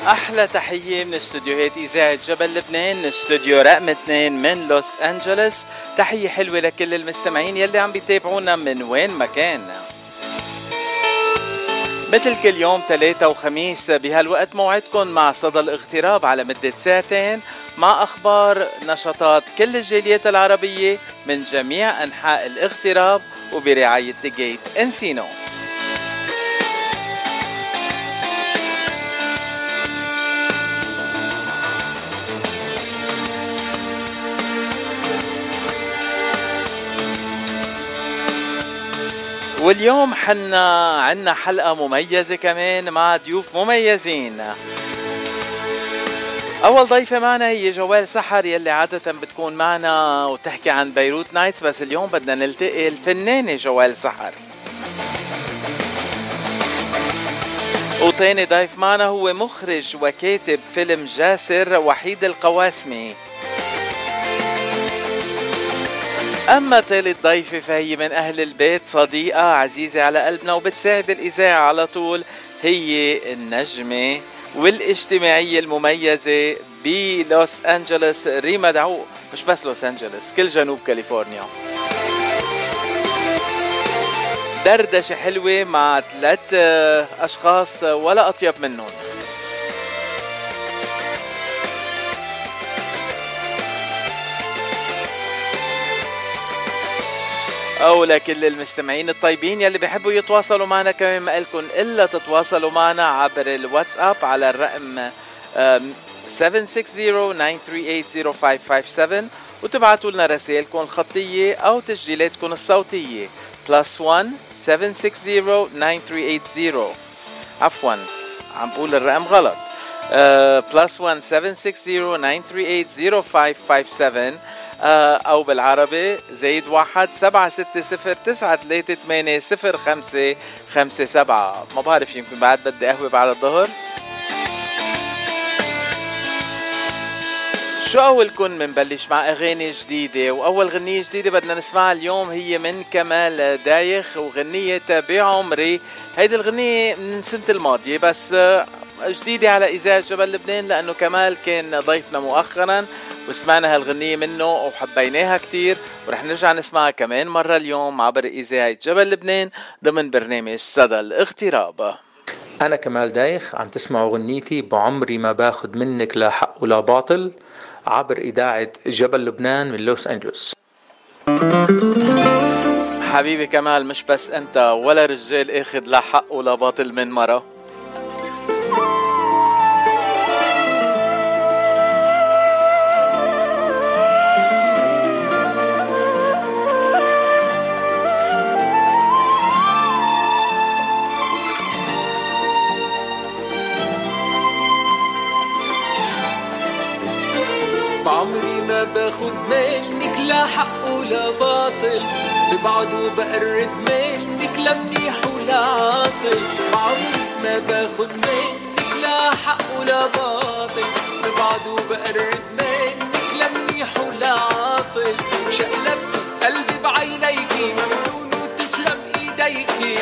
أحلى تحية من استوديوهات إذاعة جبل لبنان، استوديو رقم 2 من لوس أنجلوس. تحية حلوة لكل المستمعين يلي عم بيتابعونا من وين ما كان. مثل كل يوم 3 وخميس بهالوقت موعدكم مع صدى الاغتراب على مدة ساعتين مع أخبار نشاطات كل الجاليات العربية من جميع أنحاء الاغتراب وبرعاية جيت انسينو. واليوم حنا عنا حلقة مميزة كمان مع ضيوف مميزين. أول ضيفة معنا هي جوال سحر يلي عادة بتكون معنا وتحكي عن بيروت نايتس، بس اليوم بدنا نلتقي الفنانة جوال سحر. وتاني ضيف معنا هو مخرج وكاتب فيلم جاسر وحيد القواسمي. أما ثالث ضيفة فهي من أهل البيت، صديقة عزيزة على قلبنا وبتساعد الإذاعة على طول، هي النجمة والاجتماعية المميزة بلوس أنجلوس ريما دعو. مش بس لوس أنجلوس، كل جنوب كاليفورنيا. دردشة حلوة مع 3 أشخاص ولا أطيب منهم. أو لكل المستمعين الطيبين يلي بيحبوا يتواصلوا معنا كمان ما قلكن إلا تتواصلوا معنا عبر الواتساب على الرقم 760-938-0557 وتبعتوا لنا رسائلكم الخطية أو تسجيلاتكم الصوتية +1 760-9380. عفوا عم بقول الرقم غلط. +1 760-938-0557 أو بالعربي زائد 1 760-938-0557. ما بعرف، يمكن بعد بدي قهوة بعد الظهر. شو أولكن منبلش مع أغاني جديدة، وأول غنية جديدة بدنا نسمعها اليوم هي من كمال دايخ وغنية بعمري. هيدي الغنية من سنة الماضية بس جديدة على إذاعة جبل لبنان، لأنه كمال كان ضيفنا مؤخرا وسمعنا هالغنية منه وحبيناها كتير، ورح نرجع نسمعها كمان مرة اليوم عبر إذاعة جبل لبنان ضمن برنامج صدى الاغتراب. أنا كمال دايخ، عم تسمعوا غنيتي بعمري ما باخد منك لا حق ولا باطل عبر إذاعة جبل لبنان من لوس أنجلوس. حبيبي كمال، مش بس أنت ولا رجال أخذ لا حق ولا باطل من مرة. بعمري ما باخد منك لا حق ولا باطل، ببعد وبقرب منك لا منيح ولا عاطل. بعمري ما باخد منك لا حق ولا باطل، ببعد وبقرب منك لا منيح ولا عاطل. شقلبت قلبي بعينيكي ممنون وتسلم ايديكي،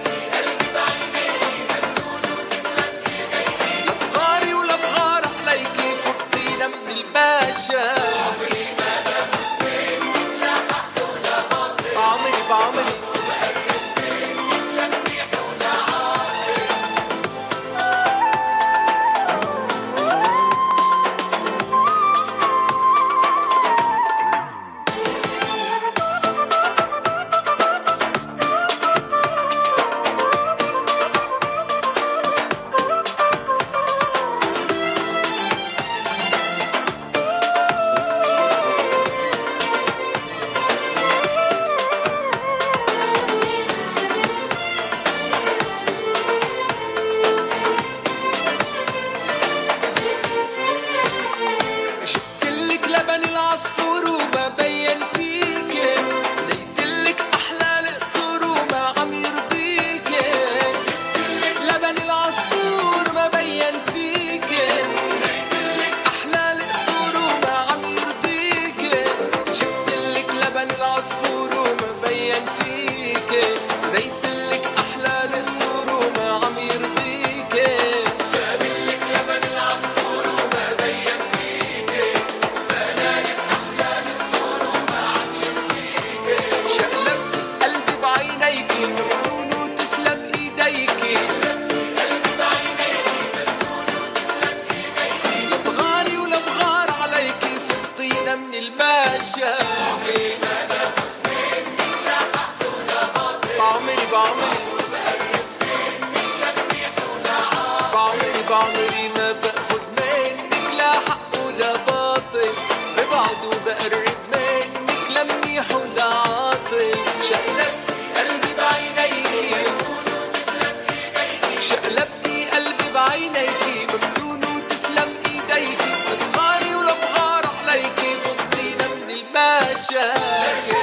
لا تغاري ولا بغار عليكي، فضينا من الباشا. عمري ما باخد منك لا حق ولا باطل، بعمري نتماشى بعمري ما باخد منك لا حق ولا باطل ببعد وبقرب منك لا منيح ولا عاطل شقلبتي قلبي بعينيكي شقلبتي قلبي بعينيكي ممنون وتسلم ايديكي لا تغاري ولا بغار عليكي فضينا من المشاكل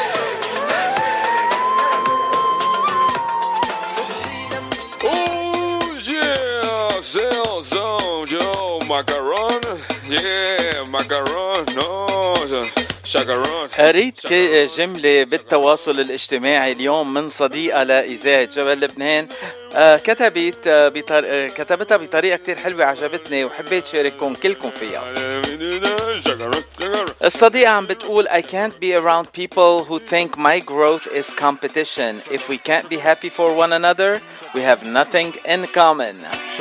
Macaron, yeah, macaron, no, شاكرون. أريد جملة بالتواصل الاجتماعي اليوم من صديقة لإذاعة جبل لبنان كتبتها بطريقة كتير حلوة عجبتني وحبيت شارككم كلكم فيها. الصديقة عم بتقول I can't be around people who think my growth is competition. If we can't be happy for one another, we have nothing in common.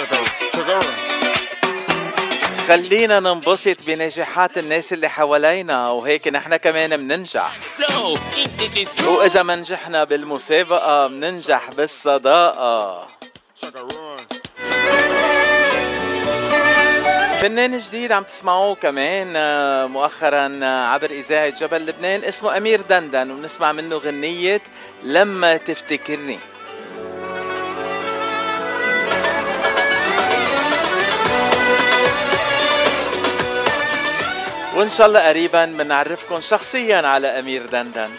خلينا ننبسط بنجاحات الناس اللي حوالينا وهيك نحن كمان مننجح. وإذا ما نجحنا بالمسابقة مننجح بالصداقة. فنان جديد عم تسمعوه كمان مؤخرا عبر إذاعة جبل لبنان اسمه أمير دندن ونسمع منه غنية لما تفتكرني. وإن شاء الله قريبا بنعرفكم شخصيا على أمير دندن.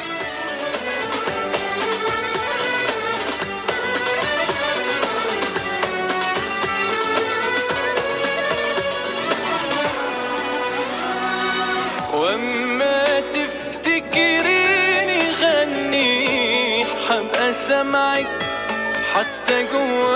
وما تفتكريني غني حبقى سمعك حتى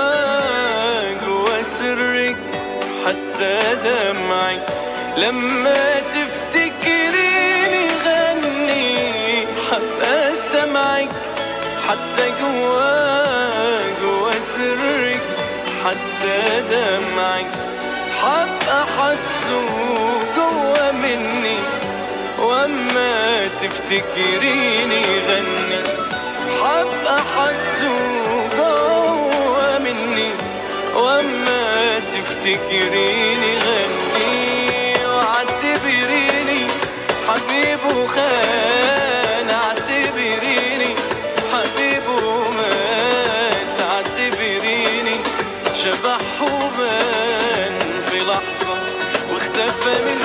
جوا سرك حتى دمعك لما تفتكريني غني حبقى سمعك حتى جوا سرك حتى دمعك حبقى حسه جوا مني وما تفتكريني غني حبقى حسه جوا مني وما تفتكريني غني اعتبريني حبيب وخان اعتبريني حبيب ومات اعتبريني شبح وبان في لحظة واختفى من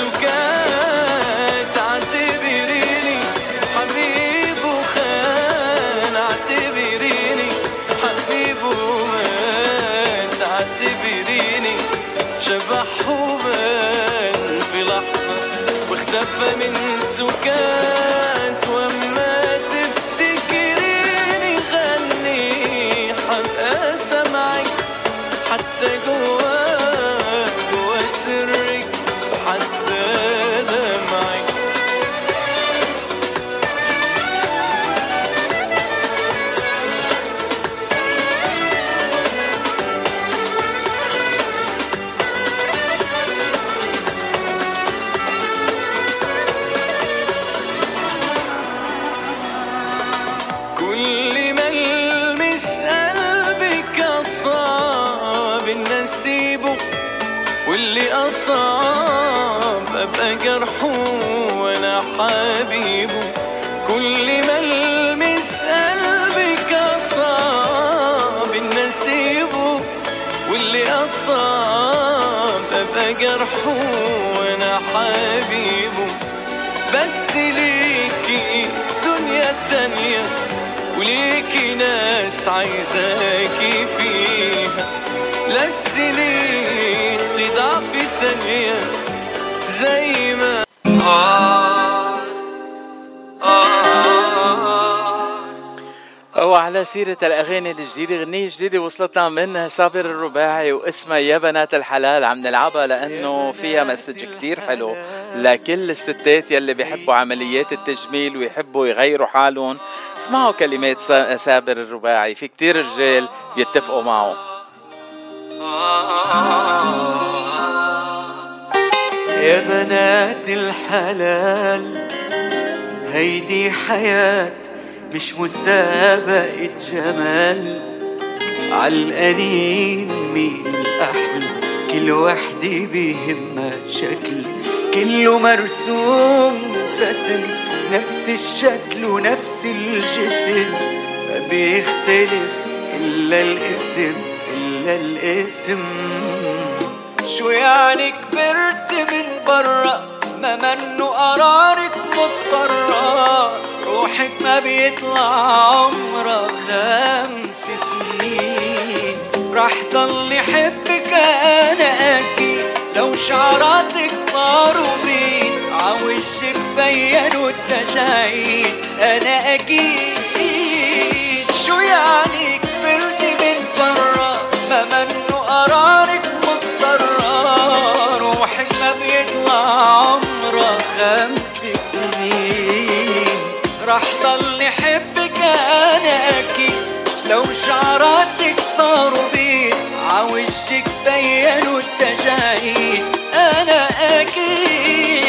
سكات اعتبريني حبيب وخان اعتبريني حبيب ومات اعتبريني شبح وبان في لحظة واختفى من سكات وما تفتكريني غني حبقى سمعك حتى جوا سرك حتى دمعك كل ما المس قلبك أصاب النسيبه واللي أصاب أبقى جرحه وأنا حبيبه كل ما المس قلبك أصاب النسيبه واللي أصاب أبقى جرحه وأنا حبيبه بس ليكي دنيا تانية وليكي ناس عايزاكي فيها لا السنين تضع في ثانية زي ما وعلى سيرة الأغاني الجديدة غنية جديدة وصلتنا من صابر الرباعي واسمها يا بنات الحلال عم نلعبها لأنه فيها مسج كتير حلو لكل الستات يلي بيحبوا عمليات التجميل ويحبوا يغيروا حالهم. اسمعوا كلمات صابر الرباعي في كتير رجال بيتفقوا معه. يا بنات الحلال هيدي حياة مش مسابقة جمال، عالقليل مين الأحلى، كل وحدة بيهمها شكل، كله مرسوم رسم نفس الشكل ونفس الجسم، ما بيختلف إلا الاسم إلا الاسم. شو يعني كبرت من برا ما منو قرارك مضطرة، روحك ما بيطلع عمرها 5 سنين، رح ضل يحبك أنا أكيد لو شعراتك صاروا بيض، عوجك بينوا التجاعيد أنا أكيد. شو يعني كبرت من برا ما منو قرارك مضطرة، روحك ما بيطلع عمرها 5 سنين، رح ضل يحبك أنا أكيد لو شعراتك صاروا بيض، عوجك بينوا التجاعيد أنا أكيد.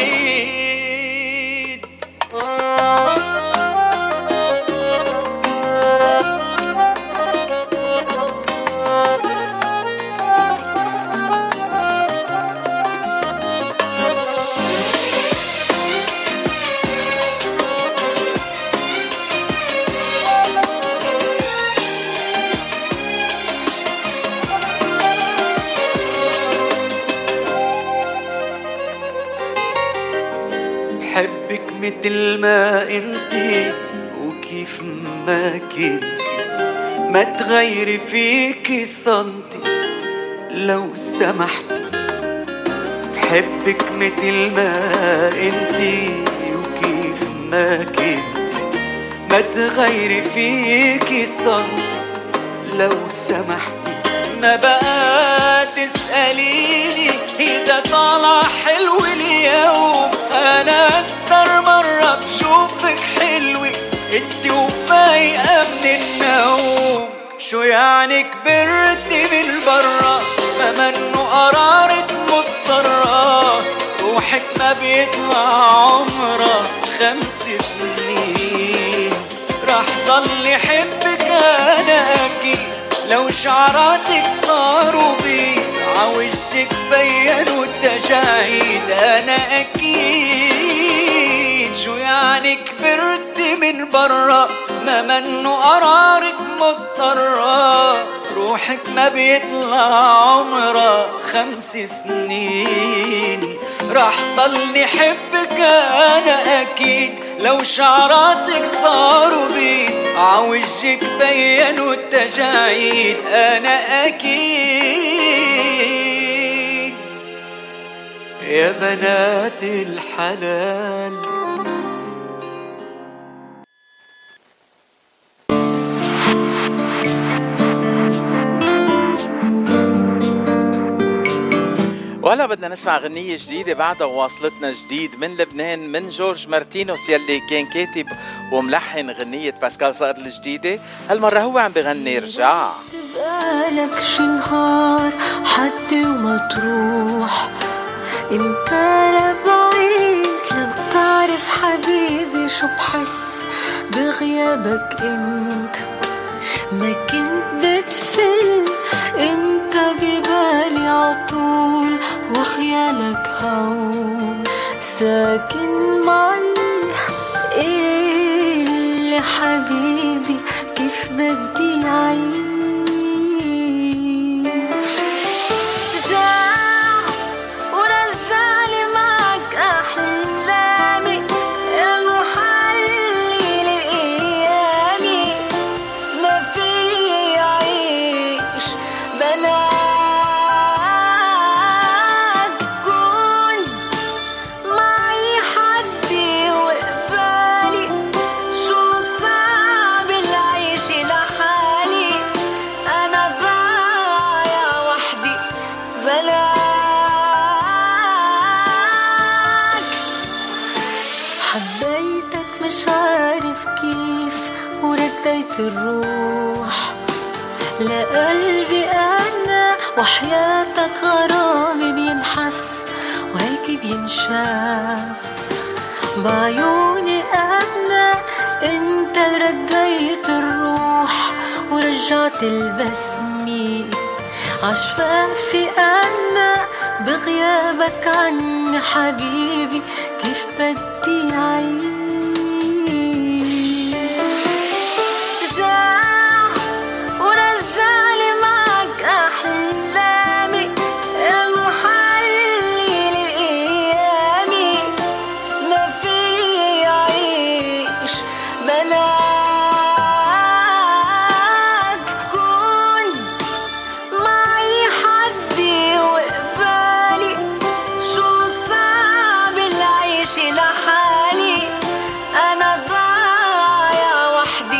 بحبك مثل ما انتي وكيف ما كنتي، ما تغيري فيكي سنتي لو سمحتي. بحبك مثل ما انتي وكيف ما كنتي، ما تغيري فيكي سنتي لو سمحتي. ما بقى تسأليني إذا طالع حلو اليوم، أنا أكتر مرة بشوفك حلوة انتي وفايقة من النوم. شو يعني كبرت من برا ما منو قرارك مضطرة، روحك ما بيطلع عمرها 5 سنين، رح ضل يحبك أنا أكيد لو شعراتك صاروا بيض، عوجك بينوا التجاعيد أنا أكيد. شو يعني كبرت من برا ما منو قرارك مضطرة، روحك ما بيطلع عمرها 5 سنين، رح ضل يحبك أنا أكيد لو شعراتك صاروا بيض، عوجك بينوا التجاعيد أنا أكيد. يا بنات الحلال وهلا بدنا نسمع غنية جديدة بعدها وواصلتنا جديد من لبنان من جورج مارتينوس يلي كان كاتب وملحن غنية باسكال صقر الجديدة. هالمرة هو عم بغني رجع. تبقالك شي نهار حتى وما تروح انت لبعيد، لو تعرف حبيبي شو بحس بغيابك انت، ما كنت بتفل انت ببالي عطول، وخيالك هون ساكن معي. ايه اللي حبيبي كيف بدي اعيش، رجع ورجعلي معك احلامي، يا محلي لايامي، ما في اعيش بلا تكون معي حدي وقبالي، شو صعب العيش لحالي، انا ضايع وحدي بلاك. حبيتك مش عارف كيف ورديت الروح لقلبي انا، وحياتك غرامي بينحس وهيك بينشاف بعيوني انا. انت رديت الروح ورجعت البسمة عشفافي انا بغيابك عني حبيبي كيف بدي اعيش رجع ورجعلي معك احلامي محلي لايامي ما في اعيش بلاك كون معي حدي وقبالي شو صعب العيش لحالي انا ضايع وحدي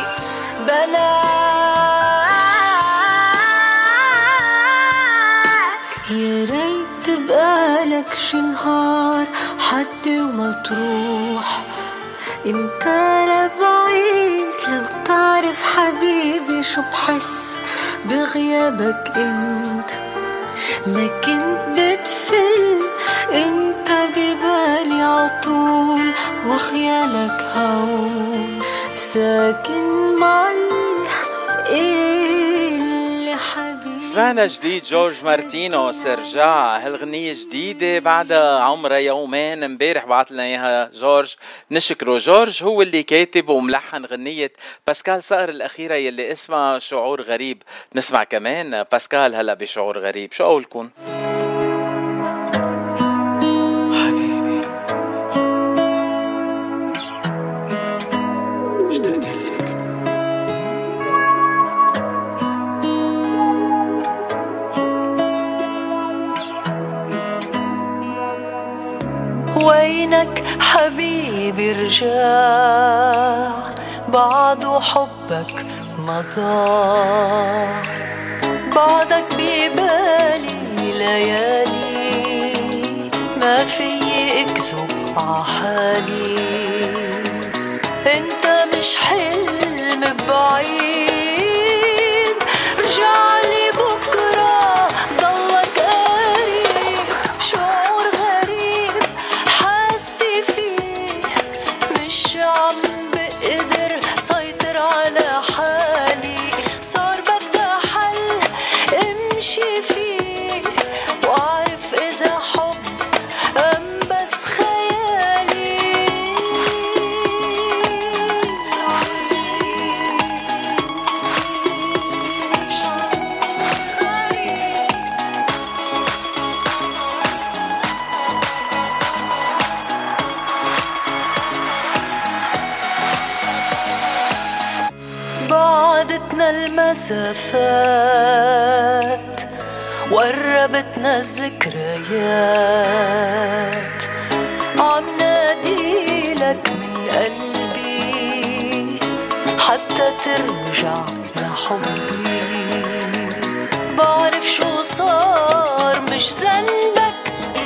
بلاك يا ريت بقالك شي نهار حدي وما تروح انت لبعيد لو تعرف حبيبي شو بحس بغيابك انت ما كنت بتفل انت ببالي عطول وخيالك هون ساكن معي اللي حبيبي. سمعنا جديد جورج مارتينوس رجع. هالغنية جديدة بعدها عمرها يومين. امبارح بعت لنا اياها جورج، نشكره. جورج هو اللي كاتب وملحن غنية باسكال صقر الأخيرة يلي اسمها شعور غريب. نسمع كمان باسكال هلا بشعور غريب. شو قولكن؟ وينك حبيبي رجع بعد حبك مضى بعدك ببالي ليالي ما في اكذب عحالي انت مش حلم بعيد رجعلي بكرة ضلك قريب شعور غريب حاسي فيه مش عم بقدر سيطر على حالي صار بدها حل امشي فيه واعرف اذا حب ام بس خيالي بعدتنا المسافات وقربتنا الذكريات عم ناديلك من قلبي حتى ترجع لحبي بعرف شو صار مش ذنبك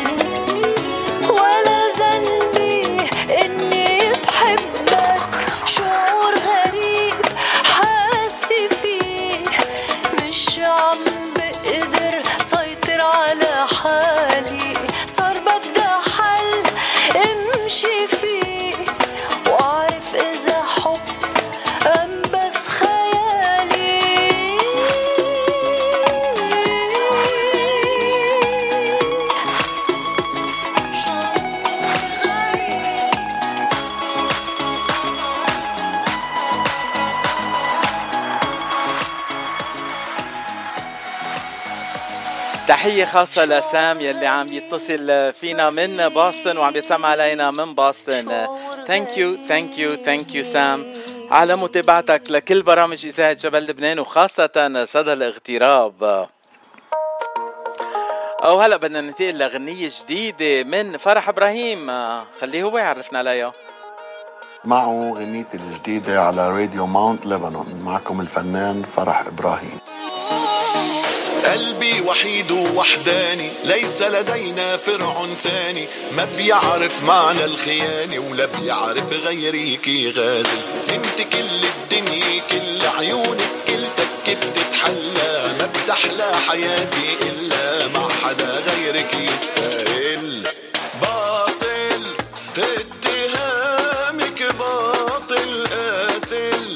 ولا ذنبي اني بحبك شعور غريب حاسي فيه مش عم بقدر سيطر على حالي صار بدها حل امشي فيه واعرف اذا حب ام بس خيالي تحية خاصة لسام يلي عم يتصل فينا من بوسطن وعم يتسمع علينا من بوسطن. ثانك يو سام على متابعتك لكل برامج إذاعة جبل لبنان وخاصة صدى الاغتراب. أو هلأ بدنا ننتقل لغنية جديدة من فرح إبراهيم. خليه هو يعرفنا عليها. معه غنيتي الجديدة على راديو ماونت لبنان. معكم الفنان فرح إبراهيم. قلبي وحيد ووحداني ليس لدينا فرع ثاني ما بيعرف معنى الخيانة ولا بيعرف غيريكي غازل انت كل الدنيا كل عيونك كل تكة بتتحلى ما بتحلى حياتي إلا مع حدا غيرك يستاهل باطل اتهامك باطل قاتل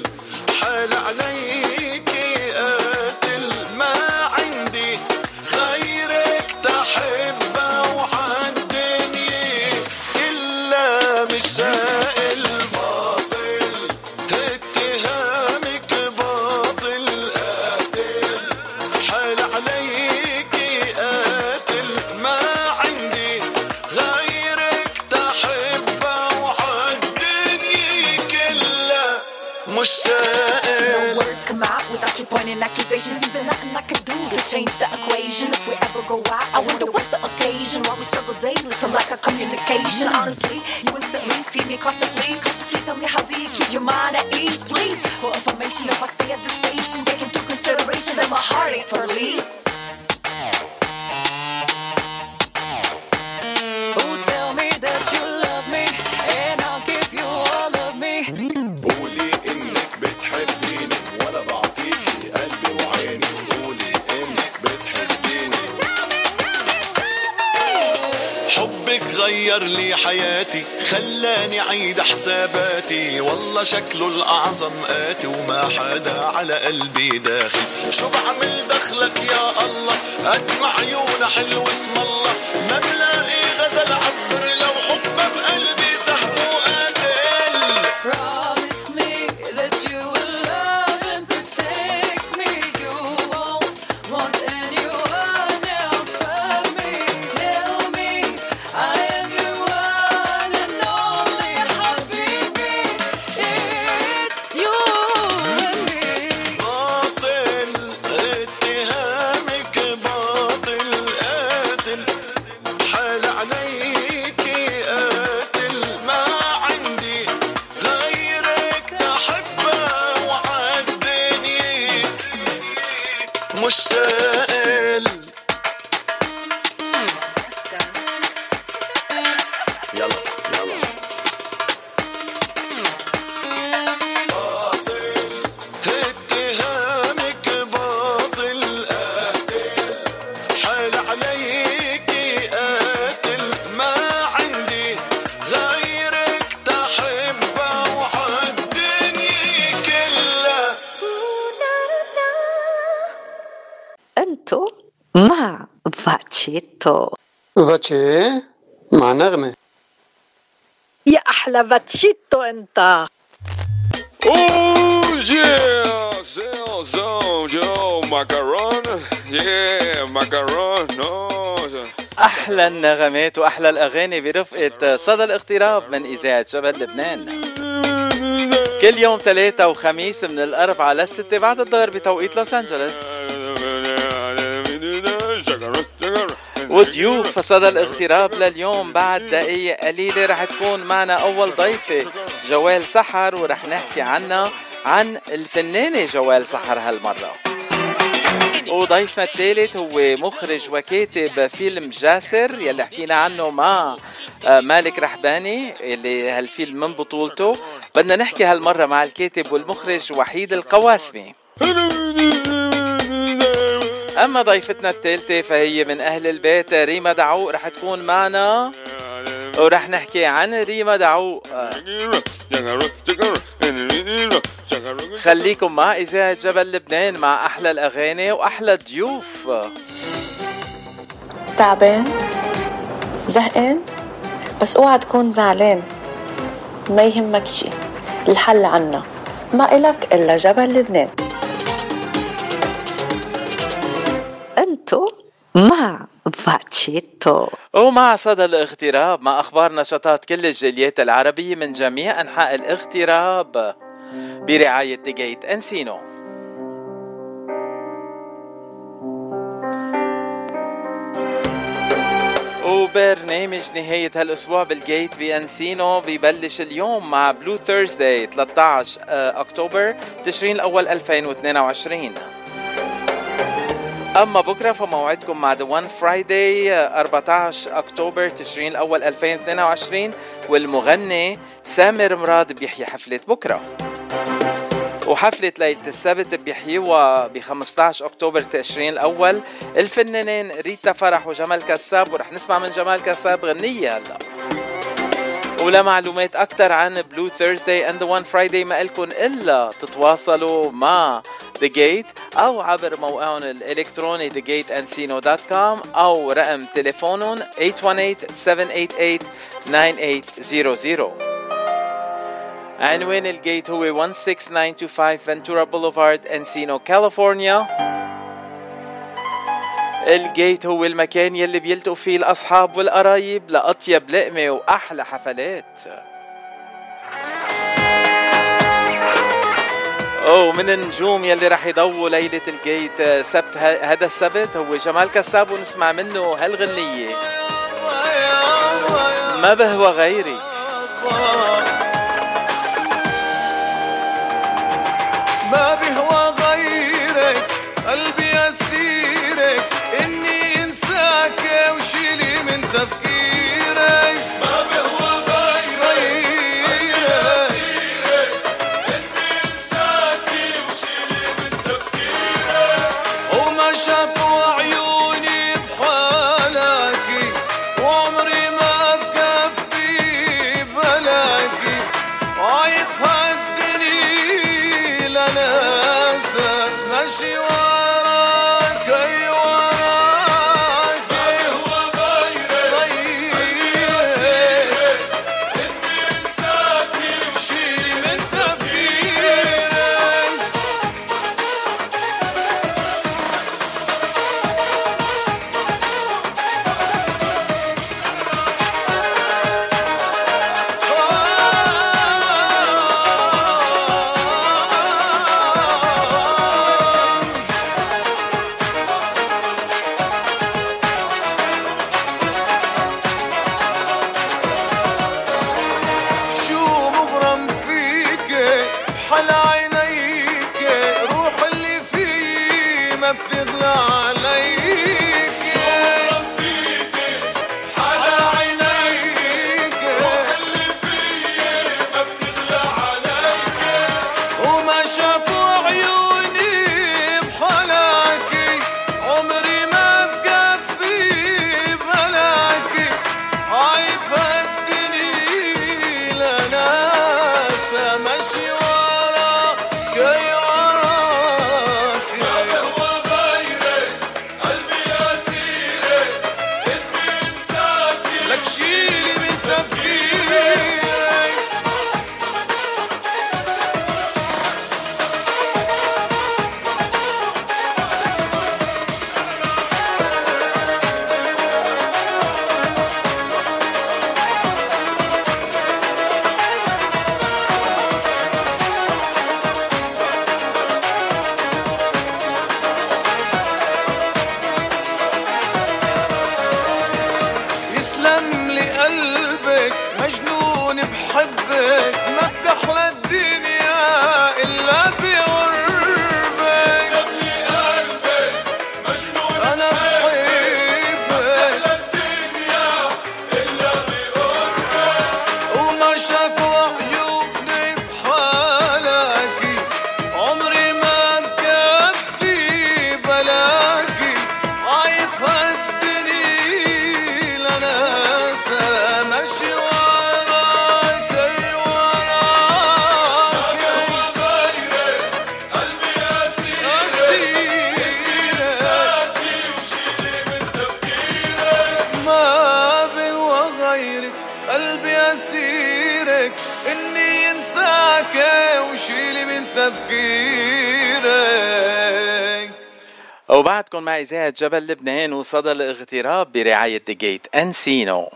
مش سائل. No words come out without you pointing accusations. There's nothing I could do to change the equation. If we ever go out, I wonder what's the occasion. Why we struggle daily from lack of communication. Honestly, you instantly feed me constantly. Consciously tell me, how do you keep your mind at ease? Please, for information, if I stay at the station, take into consideration that my heart ain't for lease. Oh, tell me that you love me, and I'll give you all of me. قولي انك بتحبيني ولا بعطيكي قلبي وعيني. قولي انك بتحبيني. حبك غير لي حياتي، خلاني عيد حساباتي. والله شكله الأعظم آتي وما حدا على قلبي داخل. شو بعمل دخلك يا الله، أدمع عيون حلو اسم الله. ما بلاقي غزل عبر لو حبه بقلبي سحب وقاتل. Promise me that you will love and protect me. You won't want anyone else but me. Tell me I am your one and only habibi. It's you and me. باطل اتهامك، باطل قاتل. حال عليكي قاتل. ما عندي غيرك أحبها وعالدنيا مش سائل. يلا يلا. اتهامك باطل قاتل. حال عليكي قاتل. ما عندي غيرك تحبها وعالدنيا كلها. انتو مع فاتشيتو. فاتشي مع نغمة. يا أحلى فاتشيتو أنت. Oh yeah, so yo macaron, yeah macaron, no. أحلى النغمات وأحلى الأغاني برفقة صدى الاغتراب من إذاعة جبل لبنان. كل يوم 3 وخميس من 4 ل6 بعد الظهر بتوقيت لوس أنجلوس. وضيوف صدى الاغتراب لليوم بعد دقايق قليلة رح تكون معنا أول ضيفة جوال سحر، ورح نحكي عنها عن الفنانة جوال سحر هالمرة. وضيفنا الثالث هو مخرج وكاتب فيلم جاسر يلي حكينا عنه مع مالك رحباني اللي هالفيلم من بطولته. بدنا نحكي هالمرة مع الكاتب والمخرج وحيد القواسمي. أما ضيفتنا الثالثة فهي من أهل البيت ريما دعوق، رح تكون معنا ورح نحكي عن ريما دعوق. خليكم مع إذاعة جبل لبنان مع أحلى الأغاني وأحلى ضيوف. تعبان زهقان بس اوعى تكون زعلان، ما يهمك شي، الحل عنا، ما إلك إلا جبل لبنان. انتو مع فاتشيتو ومع صدى الاغتراب مع أخبار نشاطات كل الجاليات العربية من جميع أنحاء الاغتراب برعاية جيت أنسينو. وبرنامج نهاية هالأسبوع بالجيت بأنسينو بيبلش اليوم مع بلو ثيرزداي 13 أكتوبر تشرين الأول 2022. أما بكرة فموعدكم مع The One Friday 14 أكتوبر تشرين الأول 2022، والمغني سامر مراد بيحيي حفلة بكرة. وحفلة ليلة السبت بيحيوها ب 15 أكتوبر تشرين الأول الفنانين ريتا فرح وجمال كساب، ورح نسمع من جمال كساب غنية هلا. ولمعلومات أكتر عن بلو ثيرزداي and The One Friday ما إلكن إلا تتواصلوا مع The Gate أو عبر موقعهم الإلكتروني thegateandcino.com أو رقم تليفونهم 818-788-9800. عنوان الجيت هو 16925 فنتورا بوليفارد انسينو كاليفورنيا. الجيت هو المكان يلي بيلتقوا فيه الأصحاب والقرايب لأطيب لقمة وأحلى حفلات. ومن النجوم يلي رح يضووا ليلة الجيت سبت هذا السبت هو جمال كساب، ونسمع منه هالغنية ما بهوى غيري. ما بهوى غيرك قلبي أسيرك، إني إنساك وشيلي من تفكيرك. ما بهوى غيرك أسيرك، إني إنساك وشيلي من تفكيرك. وما شافوا عيوني بحالك، وعمري ما بكفي بلاكي. عايط هالدنيا لناسا ماشي وراك أي وراك. ما بهوى غيرك إني إنساكي وشيلي من تفكيرك. شو مغرم فيك حلا عينيك، روح اللي فيه ما بتغلى عليك. مغرم فيك حلا عينيك، روح اللي فيه ما بتغلى عليك. وما شافوا عيوني بحلاكي، عمري ما بكفي بلاكي. عايف الدنيا لناسا ماشي وراك أي وراك. ما بهوى غيرك قلبي أسيرك، إني إنساكي لك شيلي من تفكيرك. يسلم لي قلبك مجنون بحبك، ما بتحلى الدنيا إلا بقربك. يسلم لي قلبك مجنون أنا بحبك، ما بتحلى الدنيا إلا بقربك. وما شافوا عيوني بحالك، عمري ما بكفي بلاكي. عايط هالدنيا لناسا ماشي وراك أي وراك. ما بهوى غيرك قلبي أسيرك، وشيلي من تفكيرك. ما بهوى غيرك قلبي أسيرك، إني إنساك وشيلي من تفكيرك. وبعدكم مع إذاعة جبل لبنان وصدى الاغتراب برعاية The Gate أنسينو.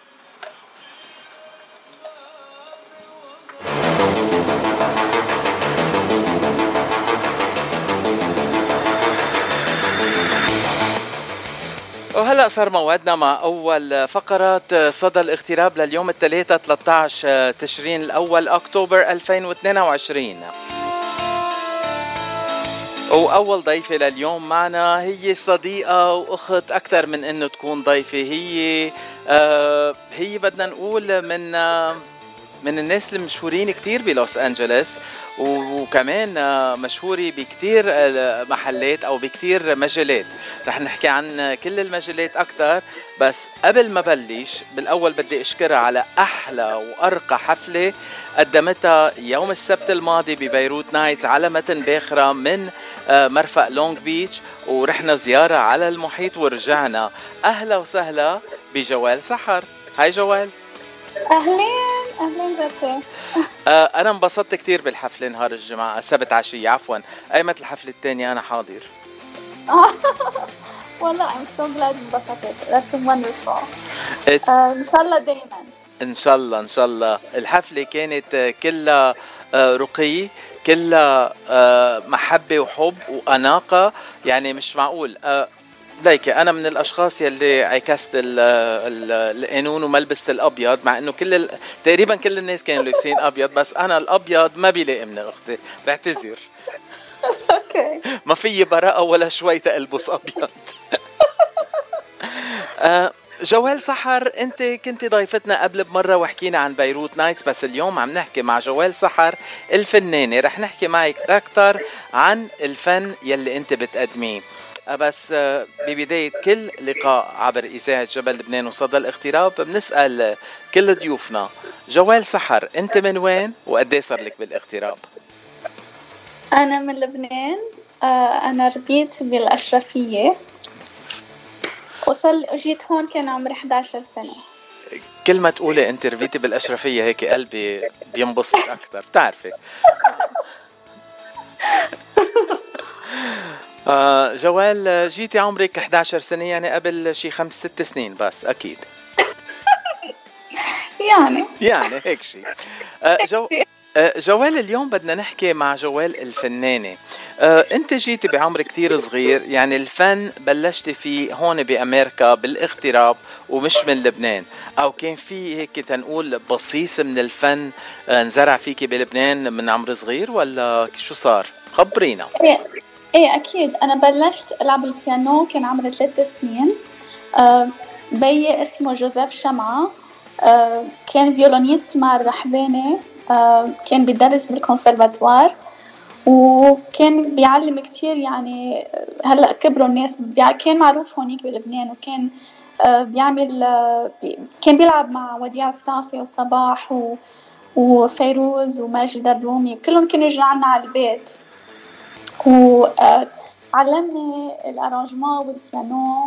وهلأ صار موعدنا مع أول فقرات صدى الاغتراب لليوم الثلاثاء 13 تشرين الأول أكتوبر 2022. وأول ضيفة لليوم معنا هي صديقة وأخت أكثر من إنه تكون ضيفة. هي بدنا نقول من الناس المشهورين كتير بلوس أنجلس، وكمان مشهورة بكتير محلات أو بكتير مجالات. رح نحكي عن كل المجالات أكتر، بس قبل ما بلش بالأول بدي أشكرها على أحلى وأرقى حفلة قدمتها يوم السبت الماضي ببيروت نايتس على متن باخرة من مرفق لونج بيتش، ورحنا زيارة على المحيط ورجعنا. أهلا وسهلا بجوال سحر. هاي جوال. أهلين باشا. أنا انبسطت كتير بالحفلة نهار الجمعة السبت عشية عفوا. أيمت الحفلة الثانية أنا حاضر. والله I'm so glad انبسطت. That's wonderful. إن شاء الله دايما. إن شاء الله إن شاء الله. الحفلة كانت كلها رقي، كلها محبة وحب وأناقة، يعني مش معقول. ليك أنا من الأشخاص يلي عكست القانون وما لبست الأبيض، مع إنه تقريبا كل الناس كانوا لابسين أبيض، بس أنا الأبيض ما بيلاقي من أختي، بعتذر. ما في براءة ولا شوي تلبس أبيض. جوال سحر، انت كنت ضيفتنا قبل بمرة وحكينا عن بيروت نايتس، بس اليوم عم نحكي مع جوال سحر الفنانة. رح نحكي معك اكتر عن الفن يلي انت بتقدميه. بس ببداية كل لقاء عبر إذاعة جبل لبنان وصدى الاغتراب بنسأل كل ضيوفنا، جوال سحر انت من وين وقديه صار لك بالاغتراب؟ أنا من لبنان. أنا ربيت بالأشرفية، جيت هون كان عمري 11 سنة. كل ما تقولي انت ربيتي بالأشرفية هيك قلبي بينبسط أكتر، بتعرفي. جوال، جيتي عمرك 11 سنة، يعني قبل شي 5-6 سنين بس أكيد. يعني هيك شي. جوال، اليوم بدنا نحكي مع جوال الفنانة. انت جيتي بعمر كتير صغير، يعني الفن بلشتي فيه هون بأمريكا بالاغتراب ومش من لبنان، او كان في هيك تنقول بصيص من الفن انزرع فيكي بلبنان من عمر صغير، ولا شو صار؟ خبرينا. ايه اكيد، انا بلشت العب البيانو كان عمري 3 سنين. بيي اسمه جوزيف شمعة، كان فيولونيست مع الرحباني، كان بيدرس بالكونسرفاتوار وكان بيعلم كتير. يعني هلأ كبروا الناس، كان معروف هونيك بلبنان، وكان كان بيلعب مع وديع الصافي وصباح وفيروز وماجد الرومي، كلهم كانوا يجوا عنا على البيت، وعلمني الارانجمون والبيانو،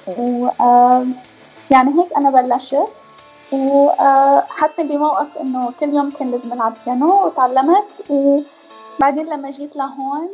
يعني هيك انا بلشت. وحطني بموقف انه كل يوم كان لازم العب بيانو، وتعلمت. وبعدين لما جيت لهون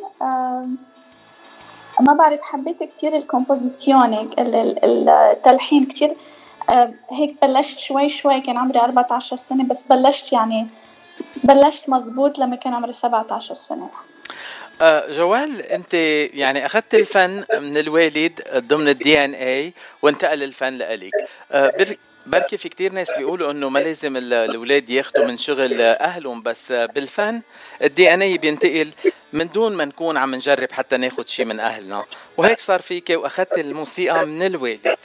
ما بعرف، حبيت كتير الكومبوزيسيون، التلحين كتير. هيك بلشت شوي كان عمري 14 سنة، بس بلشت مزبوط لما كان عمري 17 سنة. جوال، انت يعني اخذت الفن من الوالد ضمن DNA وانتقل الفن لإلك. بركي في كتير ناس بيقولوا انه ما لازم الولاد ياخدوا من شغل اهلهم، بس بالفن DNA بينتقل من دون ما نكون عم نجرب حتى ناخد شيء من اهلنا، وهيك صار فيك واخذت الموسيقى من الوالد.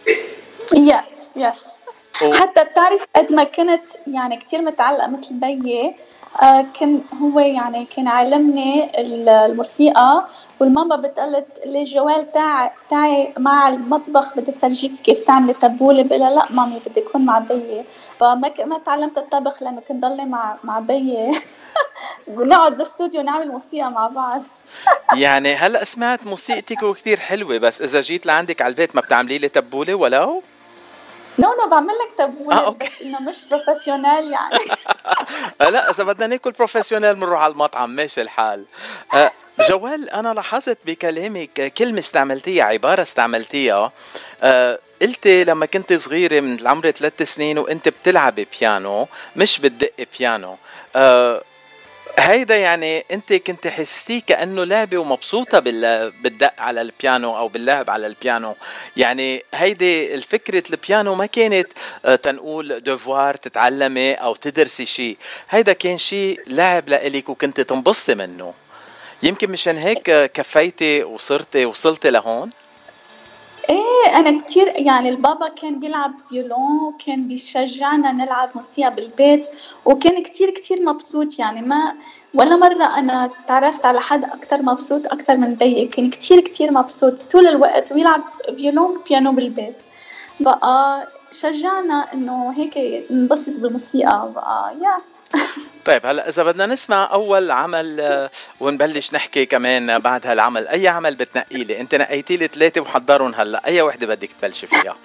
يس حتى بتعرف قد ما كنت يعني كتير متعلقة مثل بيي، كان هو يعني كان علمني الموسيقى. والماما بتقلت لي جوال تعي مع المطبخ، بدي فرجيك كيف تعملي تبولة. بقولها لا مامي بدي أكون مع بيي. فما تعلمت الطبخ لأنه كنت ضلني مع بيي. بنقعد بالاستوديو نعمل موسيقى مع بعض. يعني هلأ سمعت موسيقتك وكتير حلوة، بس إذا جيت لعندك على البيت ما بتعملي لي تبولة ولو؟ نو بعمل لك تبولة، بس إنه مش بروفيسيونال يعني. لا، إذا بدنا ناكل بروفيسيونال بنروح على المطعم، ماشي الحال. جوال، أنا لاحظت بكلامك كلمة استعملتيها، عبارة استعملتيها. قلتي لما كنت صغيرة من العمر 3 سنين وانت بتلعب بيانو مش بتدق بيانو. هيدا يعني انت كنت حسيتي كأنه لعبة ومبسوطة بالدق على البيانو او باللعب على البيانو. يعني هيدي الفكرة البيانو ما كانت تنقول دفوار تتعلمي او تدرسي شيء، هيدا كان شيء لعب لإلك وكنت تنبسطي منه. يمكن مشان هيك كفيتي وصلتي لهون. ايه انا كتير يعني البابا كان بيلعب فيولون، كان بيشجعنا نلعب موسيقى بالبيت، وكان كتير مبسوط. يعني ما ولا مرة انا تعرفت على حد اكتر مبسوط اكتر من بيي. كان كتير مبسوط طول الوقت ويلعب فيولون بيانو بالبيت. بقى شجعنا انه هيك ننبسط بالموسيقى بقى طيب هلا اذا بدنا نسمع اول عمل ونبلش نحكي كمان بعد هالعمل، اي عمل بتنقي لي؟ انت نقيتي لي 3 وحضرهم، هلا اي وحده بدك تبلشي فيها؟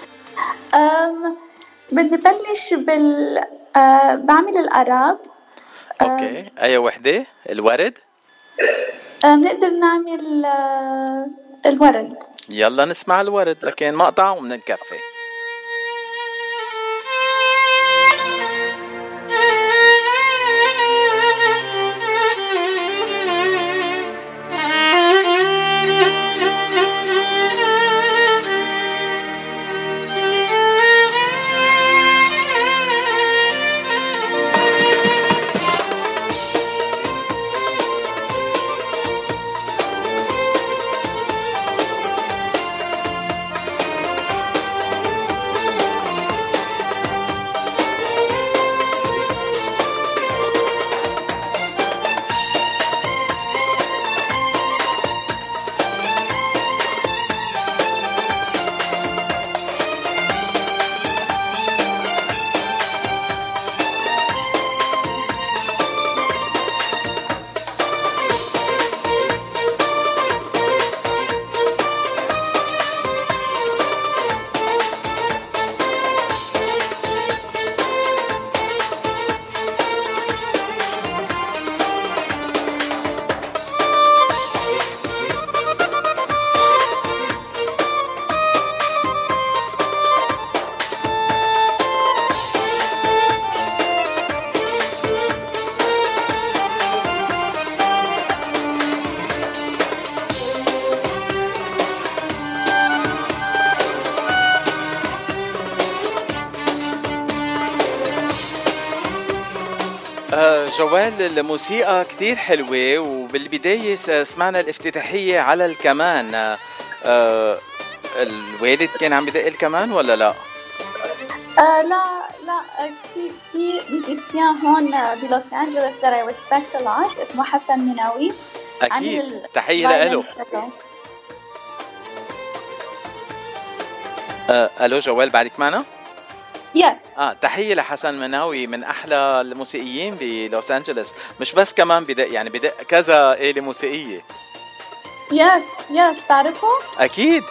بدي بلش بعمل الأراب. اوكي، اي وحده؟ الورد؟ بنقدر نعمل الورد. يلا نسمع الورد، لكن مقطع ومنكفي. جوال، الموسيقى كتير حلوة، وبالبداية سمعنا الافتتاحية على الكمان. الوالد كان عم بدق الكمان ولا لا؟ لا في ميوزيسيان هون بلوس أنجلوس that I respect a lot اسمه حسن مناوي. أكيد، تحية له. ألو جوال، بعدك معنا؟ يس. تحية لحسن مناوي، من أحلى الموسيقيين بلوس أنجلوس، مش بس كمان بدق، يعني بدق كذا آلة موسيقية. يس تعرفه؟ أكيد.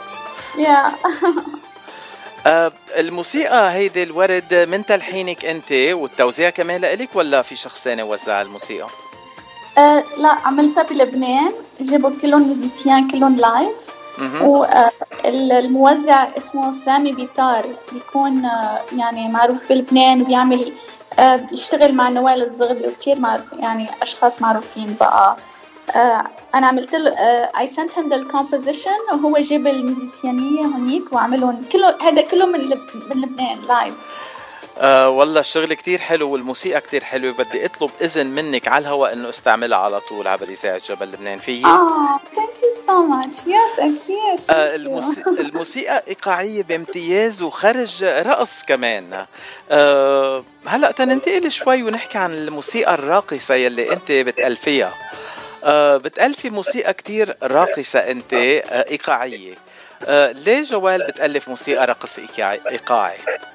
الموسيقى هيدي الورد من تلحينك أنت والتوزيع كمان لإلك، ولا في شخص ثاني وزع الموسيقى؟ لا، عملتها بلبنان، جابوا كلهم ميوزيسيان كلهم لايف، والموزع اسمه سامي بيطار، بيكون يعني معروف بلبنان، وبيعمل بيشتغل مع نوال الزغبي وكتير يعني أشخاص معروفين. بقى أنا عملت له I sent him the composition، وهو جاب الميوزيسيانية هنيك وعملهم كله من لبنان لايف. والله الشغل كتير حلو والموسيقى كتير حلوة. بدي اطلب اذن منك على الهواء انه استعملها على طول عبر اذاعة جبل لبنان. فيي؟ thank you so much. yes اكيد. الموسيقى ايقاعية بامتياز وخرج رقص كمان. هلا تننتقل شوي ونحكي عن الموسيقى الراقصة يلي انت بتألفيها. بتألفي موسيقى كتير راقصة انت ايقاعية. ليه جوال بتألف موسيقى رقص ايقاعي؟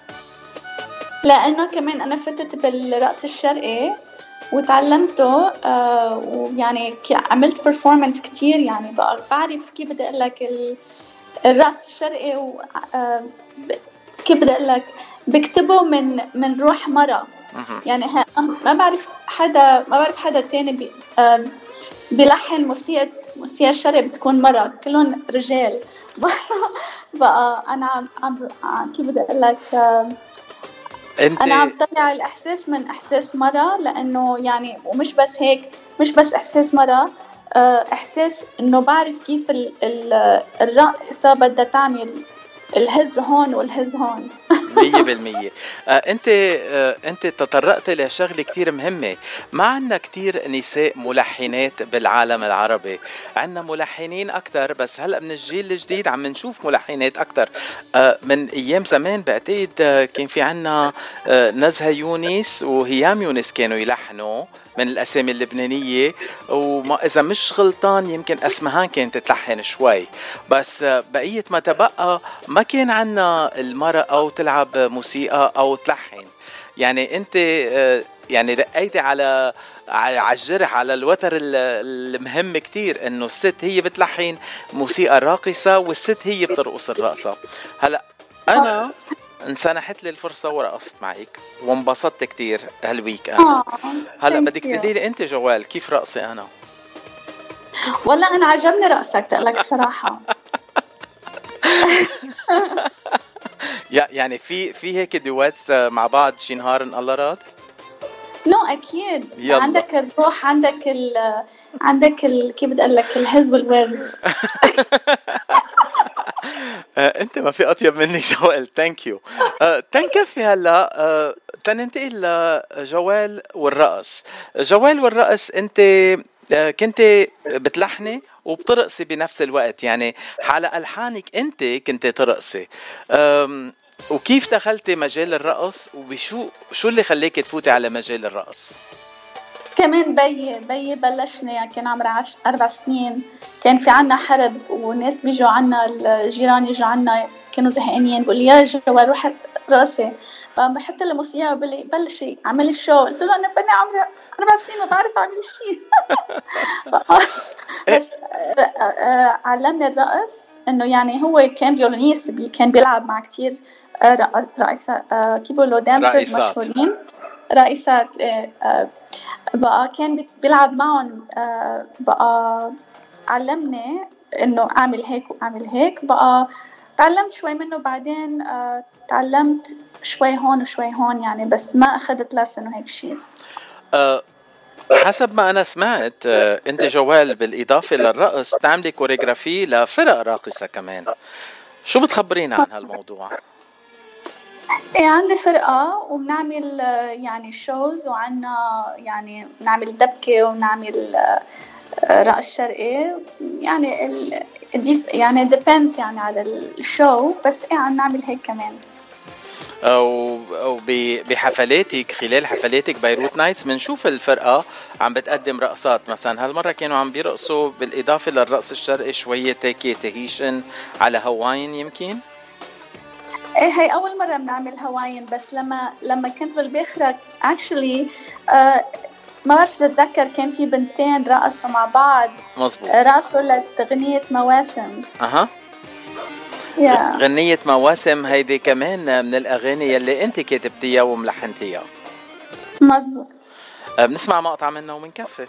لأنه كمان أنا فتت بالرقص الشرقي وتعلمته، ويعني عملت performance كتير، يعني بقى بعرف كيف بدي أقول لك الرقص الشرقي، كيف بدي أقول لك بكتبه من روح مرة. يعني ما بعرف حدا تاني بيلحن موسيقى الشرقي بتكون مرة، كلهم رجال. بقى أنا كيف بدي أقول لك أنا عم طلع الإحساس من إحساس مرة، لأنه يعني ومش بس هيك، مش بس إحساس مرة، إحساس إنه بعرف كيف الرقصة بدها تعمل الهز هون والهز هون. 100%. انت تطرقت لشغله كتير مهمه. ما عندنا كتير نساء ملحنات بالعالم العربي، عندنا ملحنين اكتر، بس هلا من الجيل الجديد عم نشوف ملحنات اكتر. من ايام زمان بعتقد كان في عندنا نزهة يونس وهيام يونس كانوا يلحنوا من الأسامي اللبنانية، وما إذا مش غلطان يمكن أسمهان كانت تلحن شوي، بس بقية ما تبقى ما كان عنا المرأة أو تلعب موسيقى أو تلحن. يعني أنت يعني رقيتي على الجرح، على الوتر المهم كتير، إنه الست هي بتلحن موسيقى راقصة والست هي بترقص الرقصة. هلأ أنا انسنحت لي الفرصة ورقصت معك وانبسطت كتير هالويك. هلأ بدك تقولي لي أنت جوال كيف رقصي أنا؟ والله أنا عجبني رقصك تقلك صراحة. يعني في هيك دوات مع بعض شي نهار إن الله راد؟ أكيد. يلا. عندك الروح، عندك كيف بدي أقول لك الهز والورز. انت ما في اطيب منك جوال. ثانك يو. تنكفي هلا تننتقل لجوال والرقص. جوال والرقص، انت كنت بتلحني وبترقصي بنفس الوقت، يعني على الحانك انت كنت ترقصي. وكيف دخلتي مجال الرقص، وبشو اللي خليك تفوتي على مجال الرقص؟ كمان بي بلشنا، يعني كان عمري 4 سنين، كان في عنا حرب والناس بيجوا عنا، الجيران يجوا عنا كانوا زهقانين، بقول لي يا جوال روح رقصي، فبحط له موسيقى وبقول لي بلشي اعملي الشو. قلت له انا بني عمري 4 سنين ما بعرف اعمل شيء. بس علمني الرقص، انه يعني هو كان فيولونيست، كان بيلعب مع كتير رئيسة كيبولو دانسرز مشهورين، رئيسات. بقى كان بيلعب معهم. بقى علمني انه اعمل هيك واعمل هيك. بقى تعلمت شوي منه، بعدين تعلمت شوي هون وشوي هون، يعني بس ما اخذت لسن وهيك شيء. حسب ما انا سمعت انت جوال بالاضافه للرقص تعملي كوريغرافي لفرق راقصه كمان. شو بتخبرينا عن هالموضوع؟ ايه عندي فرقة وبنعمل يعني شوز، وعنا يعني نعمل دبكة ونعمل رقص شرقي، يعني يعني depends يعني على الشو، بس ايه عم نعمل هيك كمان. أو بحفلاتك، خلال حفلاتك بيروت نايتس بنشوف الفرقة عم بتقدم رقصات، مثلا هالمرة كانوا عم بيرقصوا بالإضافة للرقص الشرقي شوية تاكي تهيشن على هواين يمكن؟ ايه هي أول مرة بنعمل هواين، بس لما كنت بالباخرة actually ما بعرف بتذكر كان في بنتين رقصوا مع بعض. مظبوط. رقصوا لغنية مواسم. غنية مواسم هيدي كمان من الأغاني يلي أنت كاتبتيها وملحنتيها. مظبوط. بنسمع مقطع منها ومنكفي.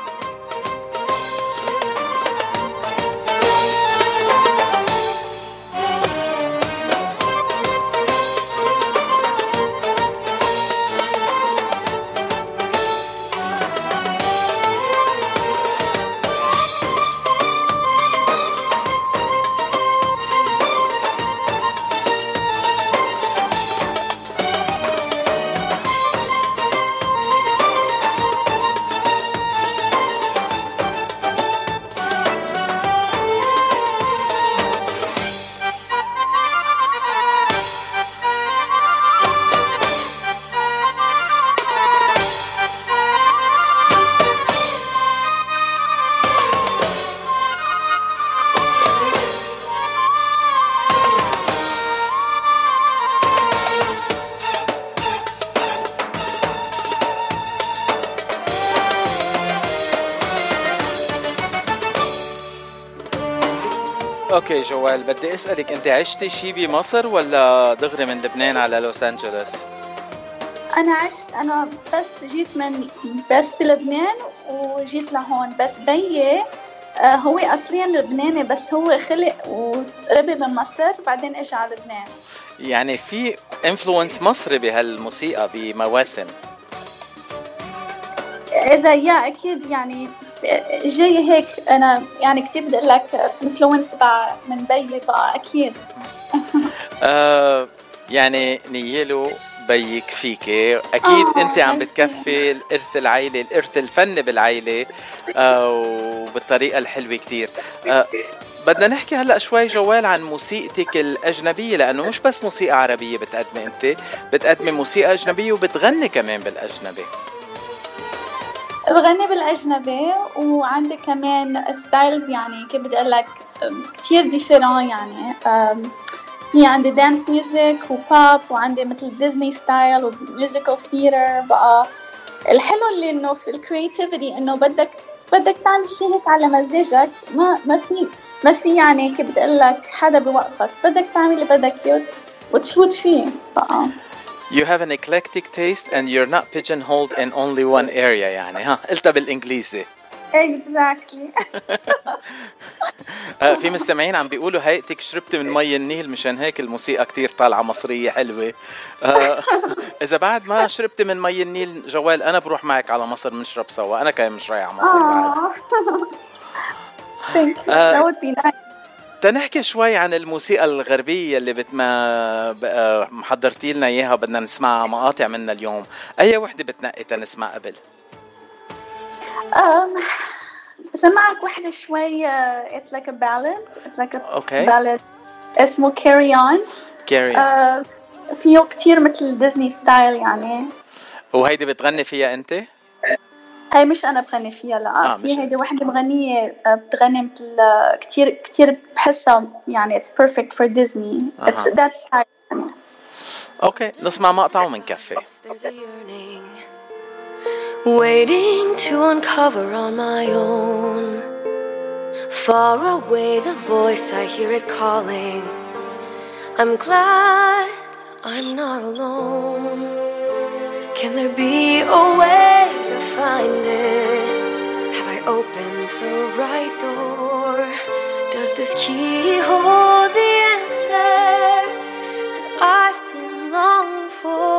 اوكي جوال، بدي اسألك انت عشتي شي بمصر ولا دغري من لبنان على لوس أنجلوس؟ انا بس جيت بس بلبنان وجيت لهون، بس بيي هو اصليا لبناني، بس هو خلق وربي بمصر بعدين اجى على لبنان. يعني في انفلونس مصري بهالموسيقى بمواسم؟ إذا اكيد يعني جاي هيك. انا يعني كتير بدي اقول لك انفلونس تبع من بيي بقى اكيد. يعني نيلو بيك فيكي اكيد. انت عم بتكفي الارث العائلي، الارث الفني بالعائله وبالطريقه الحلوه كتير. بدنا نحكي هلا شوي جوال عن موسيقتك الاجنبيه، لانه مش بس موسيقى عربيه بتقدمي، انت بتقدمي موسيقى اجنبيه وبتغني كمان بالاجنبي. بغني بالأجنبي وعندي كمان ستايلز، يعني كيف بدي أقول لك كتير ديفيرون. يعني في عندي دانس ميوزك وبوب، وعندي مثل ديزني ستايل وميوزيكال ثياتر. بقى الحلو اللي إنه في الكرياتيفيتي إنه بدك تعمل شيء هيك على مزاجك، ما في يعني كيف بدي أقول لك حدا بوقفك، بدك تعمل اللي بدك إياه وتشوت فيه. بقى You have an eclectic taste and you're not pigeonholed in only one area. يعني قلتها بالإنجليزي. Exactly. في مستمعين عم بيقولوا هيئتك شربت من مي النيل، مشان هيك الموسيقى كتير طالعة مصرية حلوة. إذا بعد ما شربت من مي النيل جوال، أنا بروح معك على مصر نشرب سوا. أنا كمان مش رايح على مصر بعد. Thank you. That would be nice. تنحكي شوي عن الموسيقى الغربية اللي محضرتي لنا إياها، بدنا نسمع مقاطع منها اليوم. أي وحدة بتنقي تنسمع قبل؟ بسمعك وحدة شوي. It's like a ballad. It's like a ballad. اسمه Carry On. فيه كتير مثل ديزني ستايل يعني. وهيدي بتغني فيها أنت؟ هاي مش أنا بغني فيها، لا. في هيدي واحدة مغنية بتغني مثل كتير بحسها يعني it's perfect for Disney. That's how. أوكي، نسمع مقطع ومنكفي. Waiting to uncover on my own. Far away the voice, I hear it calling. I'm glad I'm not alone. Can there be a way to find it? Have I opened the right door? Does this key hold the answer that I've been longing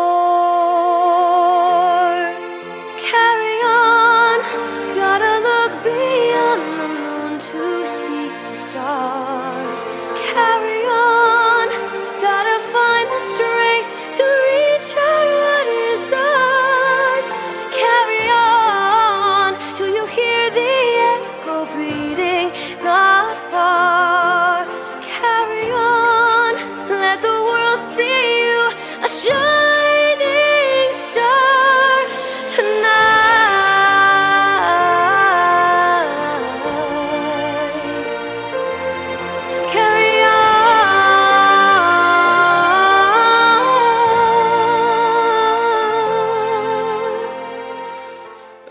for? Carry on, gotta look beyond the moon to see the stars. Carry on, gotta find the strength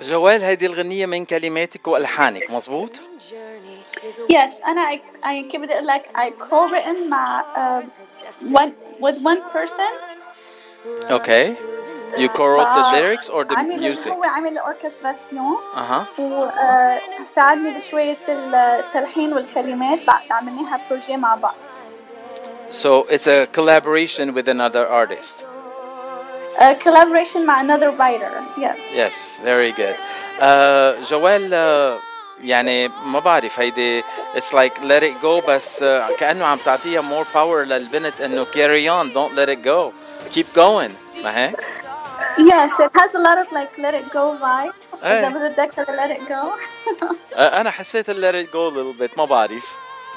جوال هيدي الغنية من كلماتك وألحانك مزبوط؟ Yes, أنا كيف بدي أقول لك I co-written مع with one person. Okay. You co-wrote the lyrics or the music? هو عامل الأوركستراسيون. وساعدني بشوية التلحين والكلمات عملناها بروجي مع بعض. So it's a collaboration with another artist. A collaboration مع another writer. Yes. Yes, very good. جوال يعني ما بعرف هيدي it's like let it go بس كأنه عم تعطيها more power للبنت إنه carry on, don't let it go, keep going. ما هيك؟ Yes, it has a lot of like let it go vibe. إذا بدك تذكر let it go. أنا حسيت let it go a little bit ما بعرف.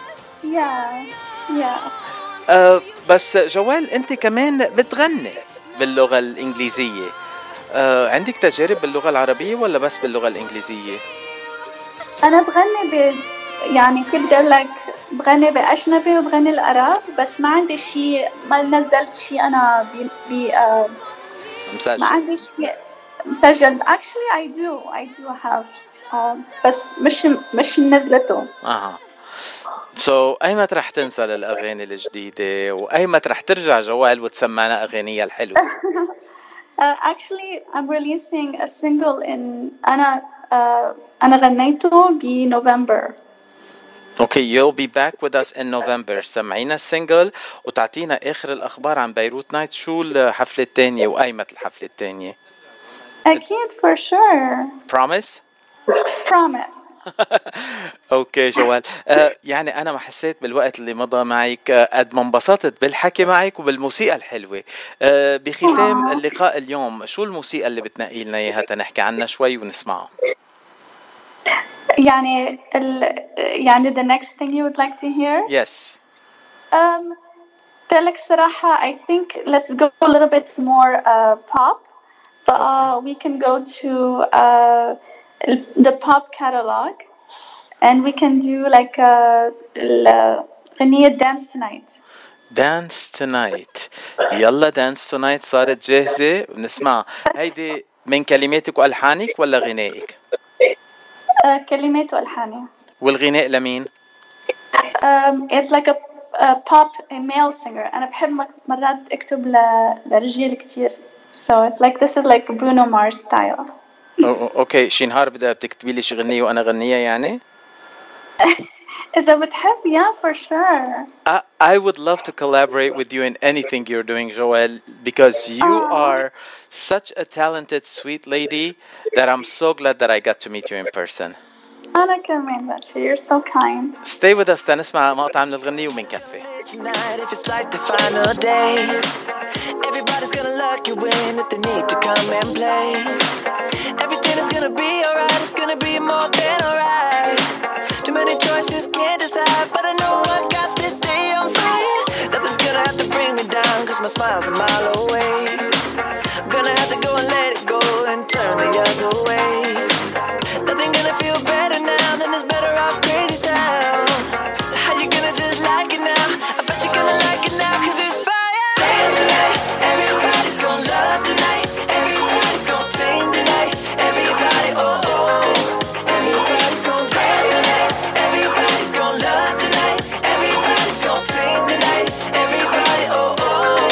Yeah. بس جوال أنت كمان بتغني باللغة الإنجليزية. عندك تجارب باللغة العربية ولا بس باللغة الإنجليزية؟ أنا بغني يعني كيف بدي أقول لك بغني بأجنبي وبغني العرب بس ما عندي شيء ما نزلت شيء أنا مسجل. ما عندي شيء مسجل. Actually I do have بس مش نزلته. So أيمت رح تنسى للأغاني الجديدة وأيمت رح ترجع جوال وتسمعنا أغانيها الحلوة. Actually I'm releasing a single in أنا غنيته بنوفمبر. Okay, you'll be back with us in November. سمعينا السينجل وتعطينا آخر الأخبار عن بيروت نايت. شو الحفلة التانية وأيمت الحفلة التانية؟ أكيد for sure. Promise. اوكي جوال. يعني انا ما حسيت بالوقت اللي مضى معك قد ما انبسطت بالحكي معك وبالموسيقى الحلوه. بختام اللقاء اليوم شو الموسيقى اللي بتنقي لنا اياها تنحكي عنها شوي ونسمعها؟ يعني the next thing you would like to hear? Yes. تلك صراحة I think let's go a little bit more pop. We can go to the pop catalog and we can do like غنية Dance Tonight. يلا Dance Tonight صارت جاهزة ونسمع. هيدي من كلماتك وألحانك ولا غنائك؟ كلمات وألحاني. والغناء لمين؟ It's like a pop male singer. أنا بحب مرات أكتب لرجال كتير. So it's like this is like Bruno Mars style. اوكي شي نهار بدها بتكتبي لي شي غنية وانا غنية يعني؟ إذا بتحب for sure. I would love to collaborate with you in anything you're doing, Joelle, because you are such a talented, sweet lady that I'm so glad that I got to meet you in person. أنا كمان باتشي. You're so kind. Stay with us تنسمع مقطع من الغنية ومنكفي. Everybody's gonna lock you in if they need to come and play. Everything is gonna be alright, it's gonna be more than alright. Too many choices, can't decide, but I know I got this day on fire. Nothing's gonna have to bring me down, cause my smile's a mile away. I'm gonna have to go and let it go and turn the other way. Nothing gonna feel better now than this better off crazy sound. So how you gonna just like it now? I bet you're gonna like it now, cause it's everybody's gonna love tonight. Everybody's gonna sing tonight. Everybody, oh oh. Everybody's gonna dance tonight. Everybody's gonna love tonight. Everybody's gonna sing tonight. Everybody, oh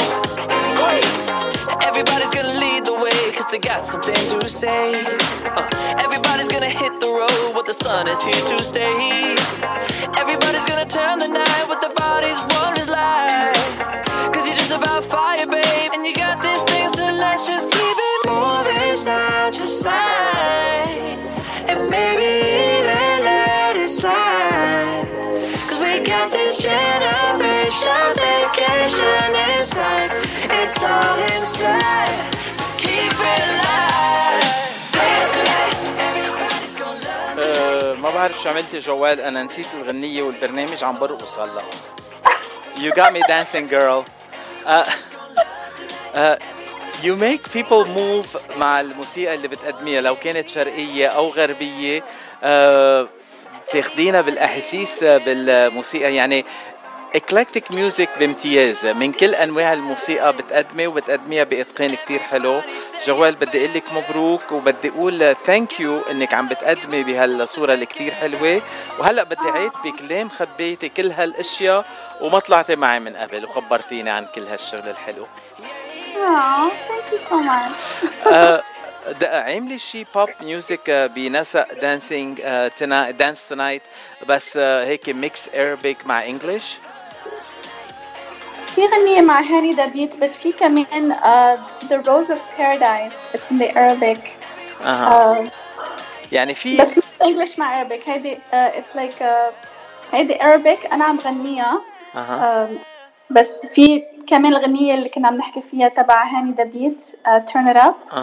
oh. Everybody's gonna lead the way 'cause they got something to say. Everybody's gonna hit the road, but the sun is here to stay. Everybody's gonna turn the night with their bodies warm as light. 'Cause you're just about fire, babe, and you got this thing, so let's just keep it moving side to side, and maybe even let it slide. 'Cause we got this generation vacation inside. It's all inside, so keep it alive. Dance tonight, everybody's gonna love. ما بعرف شو عملتي جوال، أنا نسيت الغنية والبرنامج عم برقص هلا. You got me dancing, girl. You make people move مع الموسيقى اللي بتقدميها، لو كانت شرقية أو غربية. تاخدينا بالأحاسيس بالموسيقى، يعني eclectic music بامتياز، من كل أنواع الموسيقى بتقدمي وبتقدميها بإتقان كتير حلو. جوال بدي أقول لك مبروك، وبدي أقول thank you إنك عم بتقدمي بهالصورة اللي كتير حلوة. وهلأ بدي عاتبك ليه مخبيتي كل هالأشياء وما طلعتي معي من قبل وخبرتيني عن كل هالشغل الحلو. thank you so much. عاملي شي بوب ميوزك بنسق دانسينج دانس تونايت، بس هيك ميكس Arabic مع English. في غنية مع هاني دابيت، بس في كمان The Rose of Paradise. It's in the Arabic. يعني في بس مش English مع Arabic. هيدي it's like هيدي Arabic أنا عم غنيها. بس في كمان الغنية اللي كنا عم نحكي فيها تبع هاني دابيت Turn It Up.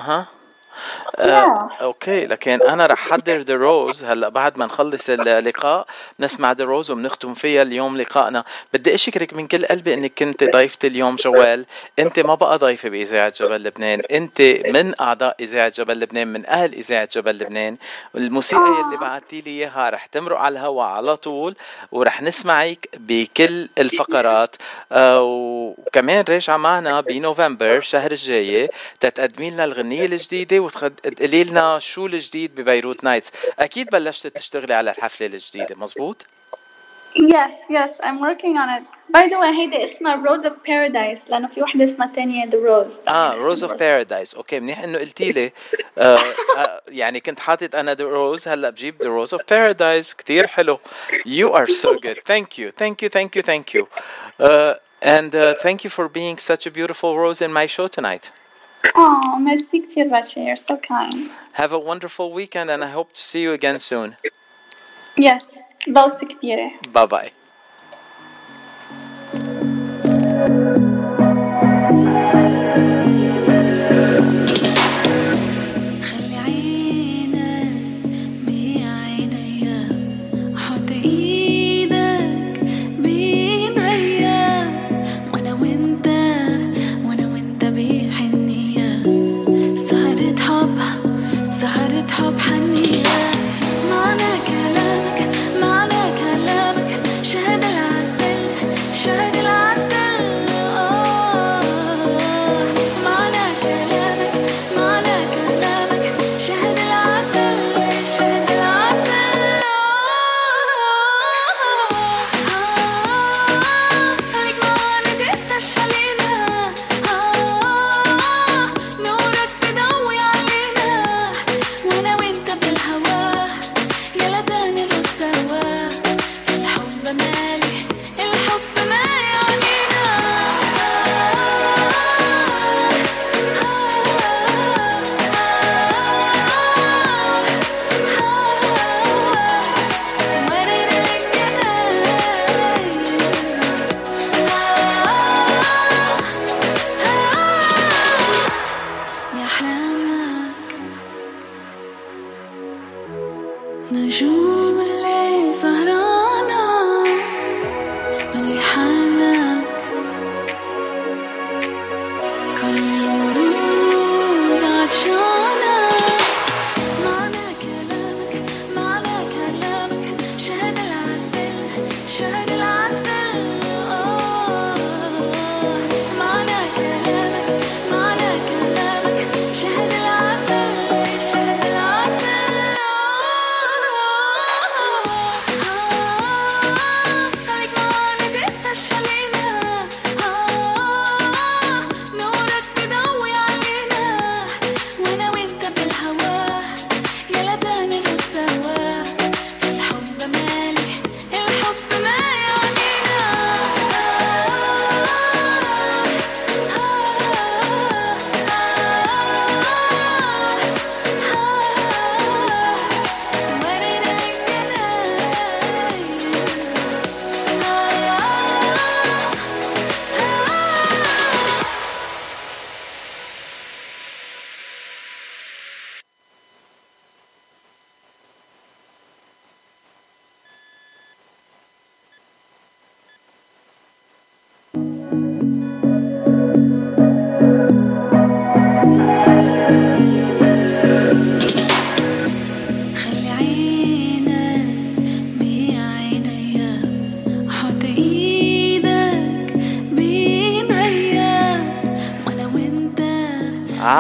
اوكي، لكن انا رح حضر The Rose هلا بعد ما نخلص اللقاء، نسمع The Rose وبنختم فيها اليوم لقائنا. بدي اشكرك من كل قلبي انك كنت ضيفتي اليوم جوال. انت ما بقى ضيفة باذاعة جبل لبنان، انت من اعضاء اذاعة جبل لبنان، من اهل اذاعة جبل لبنان. والموسيقى اللي بعتي لي اياها رح تمرق على الهواء على طول، ورح نسمعك بكل الفقرات. وكمان راجعة معنا بنوفمبر الشهر الجاي تتقدمي لنا الغنية الجديدة وتقولي لنا شو الجديد ببيروت نايتس. أكيد بلشت تشتغلي على الحفلة الجديدة، مزبوط؟ Yes, I'm working on it. By the way, هيدا اسمها Rose of Paradise لأنه في واحدة اسمها تانية The Rose. Rose of Paradise. أوكي، منيح إنه قلتي لي. يعني كنت حاطط أنا The Rose، هلا بجيب The Rose of Paradise. كتير حلو. You are so good. Thank you. And thank you for being such a beautiful rose in my show tonight. Oh, merci كتير باشا. You're so kind. Have a wonderful weekend and I hope to see you again soon. Yes, بوسة كبيرة. Bye bye.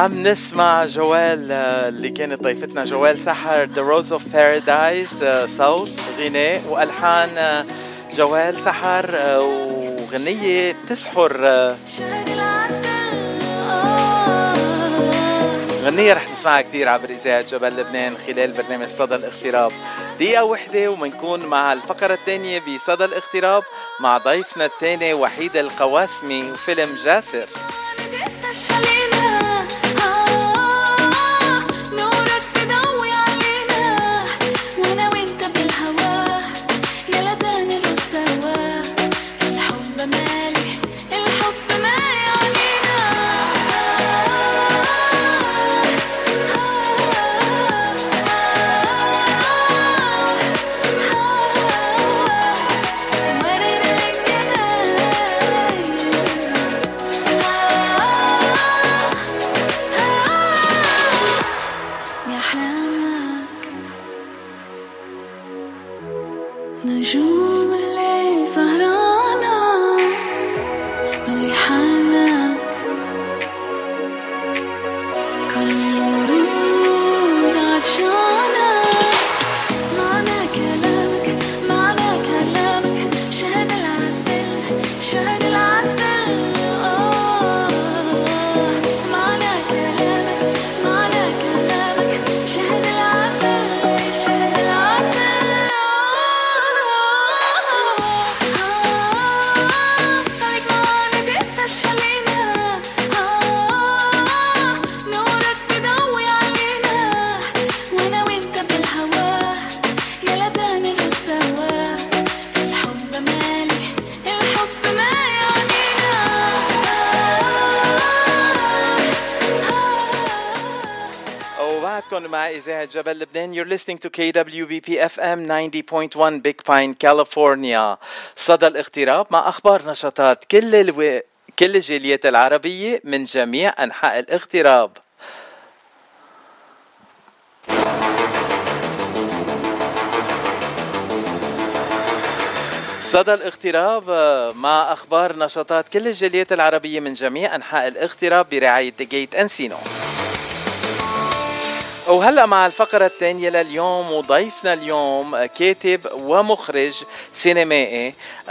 عم نسمع جوال اللي كانت ضيفتنا جوال سحر The Rose of Paradise، صوت غناء وألحان جوال سحر، وغنية بتسحر، غنية رح نسمعها كتير عبر إذاعة جبل لبنان خلال برنامج صدى الاغتراب. دقيقة وحدة ومنكون مع الفقرة الثانية بصدى الاغتراب مع ضيفنا الثاني وحيد القواسمي وفيلم جاسر. نجوم اللي سهرانة من ريحانك، كل الورود عطشانة، معنى كلامك شهد العسل معنى كلامك شهد العسل مع إذاعة جبل لبنان. You're listening to KWBP FM 90.1 Big Pine, California. صدى الاغتراب مع أخبار نشاطات كل الجاليات العربية من جميع أنحاء الاغتراب. صدى الاغتراب مع أخبار نشاطات كل الجاليات العربية من جميع أنحاء الاغتراب برعاية The Gate أنسينو. وهلأ مع الفقرة الثانية لليوم، وضيفنا اليوم كاتب ومخرج سينمائي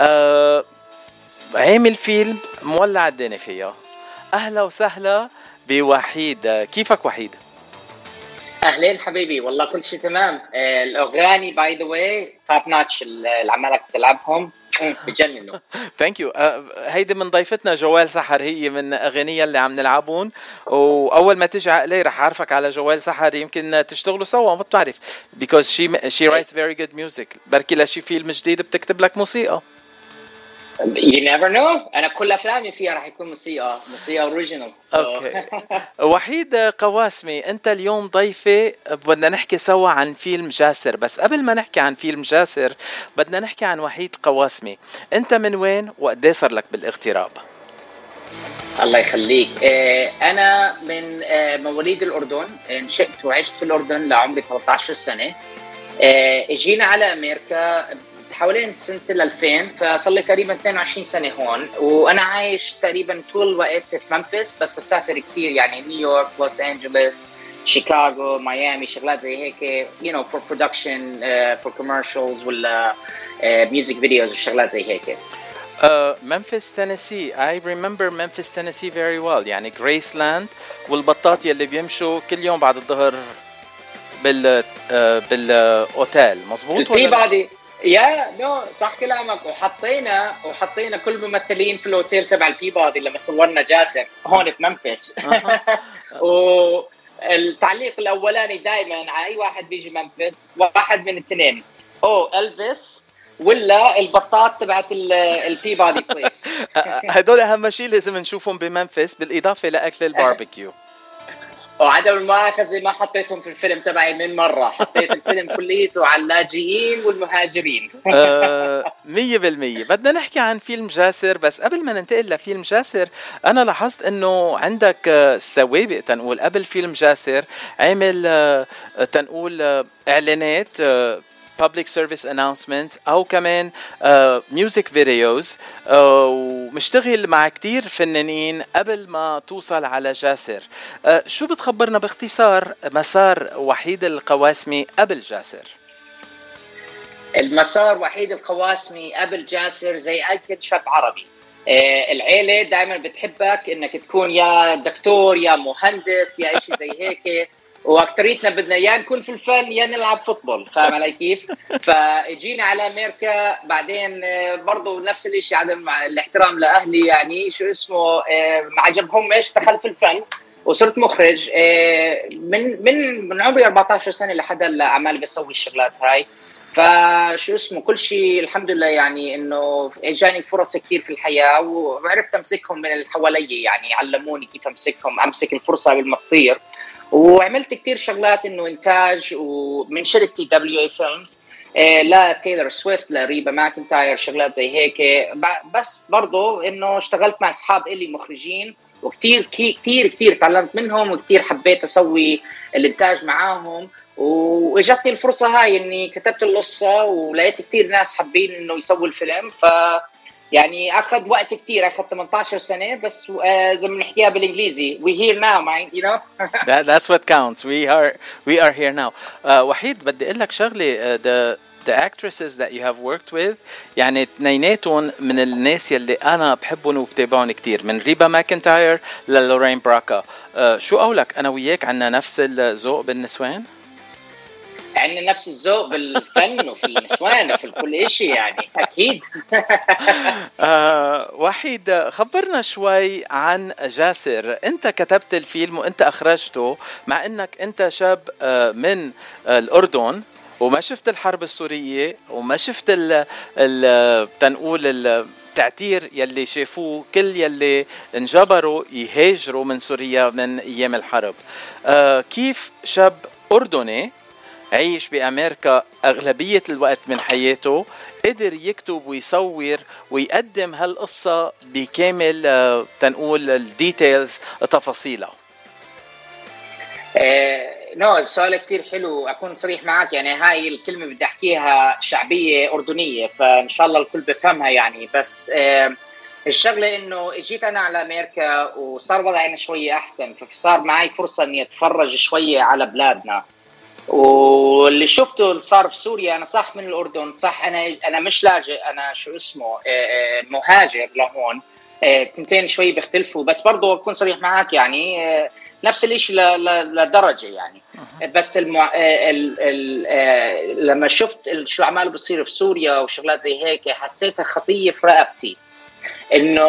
عامل فيلم مولع الدنيا فيها. أهلا وسهلا بوحيد. كيفك وحيد؟ أهلين حبيبي، والله كل شيء تمام. الأغاني باي ذا واي توب ناتش اللي عمالك تلعبهم بجننوا. ثانك يو. هيدي من ضيفتنا جوال سحر، هي من اغانيها اللي عم نلعبون، واول ما تجي علي رح اعرفك على جوال سحر، يمكن تشتغلوا سوا ما بتعرف because she writes very good music. بركي لشي فيلم جديد بتكتب لك موسيقى. You never know. أنا كل أفلامي فيها رح يكون موسيقى أوريجينال. أوكي. وحيد قواسمي، أنت اليوم ضيفة، بدنا نحكي سوا عن فيلم جاسر، بس قبل ما نحكي عن فيلم جاسر بدنا نحكي عن وحيد قواسمي. أنت من وين وقديه صار لك بالاغتراب؟ الله يخليك. أنا من مواليد الأردن، نشأت وعشت في الأردن لعمري 13 سنة. جينا على أمريكا حوالين سنة 2000، فصار لي تقريبا 22 سنة هون، وأنا عايش تقريبا طول الوقت في ممفيس، بس بسافر كثير يعني نيويورك، لوس أنجلوس، شيكاغو، ميامي، شغلات زي هيك you know for production for commercials ولا music videos وشغلات زي هيك. Memphis Tennessee. I remember Memphis Tennessee very well. يعني Graceland والبطاط يلي بيمشوا كل يوم بعد الظهر بالأوتيل، مظبوط ولا؟ في بعضي يا نو صح كلامك. وحطينا كل ممثلين في الاوتيل تبع البيبادي لما صورنا جاسر هون في ممفيس. والتعليق الاولاني دائما على اي واحد بيجي ممفيس، واحد من الاثنين، ألفيس ولا البطاط تبعت البيبادي بليس. هدول اهم شيء لازم نشوفهم بممفيس، بالاضافه لاكل الباربيكيو. وعدم المؤاخذة ما حطيتهم في الفيلم تبعي من مرة، حطيت الفيلم كليته على اللاجئين والمهاجرين. 100%. بدنا نحكي عن فيلم جاسر، بس قبل ما ننتقل لفيلم جاسر أنا لاحظت أنه عندك سوابق تنقول قبل فيلم جاسر، عامل تنقول إعلانات public service announcements أو كمان music videos ومشتغل مع كتير فنانين قبل ما توصل على جاسر. شو بتخبرنا باختصار مسار وحيد القواسمي قبل جاسر؟ المسار وحيد القواسمي قبل جاسر زي أي شاب عربي، العيلة دائما بتحبك انك تكون يا دكتور يا مهندس يا اشي زي هيك، واكتريتنا بدنا يا نكون في الفن يا نلعب فوتبول، فاهم علي كيف؟ فاجينا على امريكا بعدين برضو نفس الاشي، عدم الاحترام لاهلي يعني شو اسمه، ما عجبهمش، دخلت في الفن وصرت مخرج من عمري 14 سنة لحد هلا عمال بسوي الشغلات هاي. فشو اسمه كل شيء الحمد لله يعني انه اجاني فرص كثير في الحياه وعرفت امسكهم من اللي حوالي، يعني علموني كيف امسكهم، امسك الفرصه قبل ما تطير. وعملت كثير شغلات انه انتاج ومن شركتي WA فيلمز لا تايلور سويفت لا ريبا ماكنتاير شغلات زي هيك، بس برضو انه اشتغلت مع اصحاب الي مخرجين وكثير كثير كثير تعلمت منهم وكثير حبيت اسوي الانتاج معاهم. واجتني الفرصه هاي اني كتبت القصه ولقيت كثير ناس حابين انه يسووا الفيلم، ف يعني اخذ وقت كثير، اخذ 18 سنه بس زي ما بنحكيها بالانجليزي we here now man, you know. That's what counts. We are here now. وحيد بدي اقول لك شغله، the actresses that you have worked with يعني اثنيناتهم من الناس يلي انا بحبهم وبتابعهم كتير، من ريبا ماكنتاير للورين براكا. شو قولك انا وياك عنا نفس الذوق بالنسوان؟ عندنا نفس الذوق بالفن وفي النسوان وفي كل إشي يعني أكيد. وحيد خبرنا شوي عن جاسر. أنت كتبت الفيلم وأنت أخرجته مع أنك أنت شاب من الأردن وما شفت الحرب السورية وما شفت تنقول التعتير يلي شافوه كل يلي انجبروا يهاجروا من سوريا من أيام الحرب. كيف شاب أردني عيش بأمريكا أغلبية الوقت من حياته قدر يكتب ويصور ويقدم هالقصة بكامل تنقول الديتيلز تفاصيلها؟ السؤال كتير حلو. أكون صريح معك، يعني هاي الكلمة بدي أحكيها شعبية أردنية فإن شاء الله الكل بفهمها يعني. بس الشغلة إنه جيت أنا على أمريكا وصار وضعنا شوية أحسن، فصار معي فرصة إني أتفرج شوية على بلادنا. واللي شفته صار في سوريا، أنا صح من الأردن، صح أنا مش لاجئ، أنا شو اسمه مهاجر لهون، تنتين شوي بيختلفوا، بس برضو أكون صريح معك يعني نفس الاشي لدرجة يعني. بس لما شفت شو عماله بصير في سوريا وشغلات زي هيك حسيتها خطية في رقبتي إنه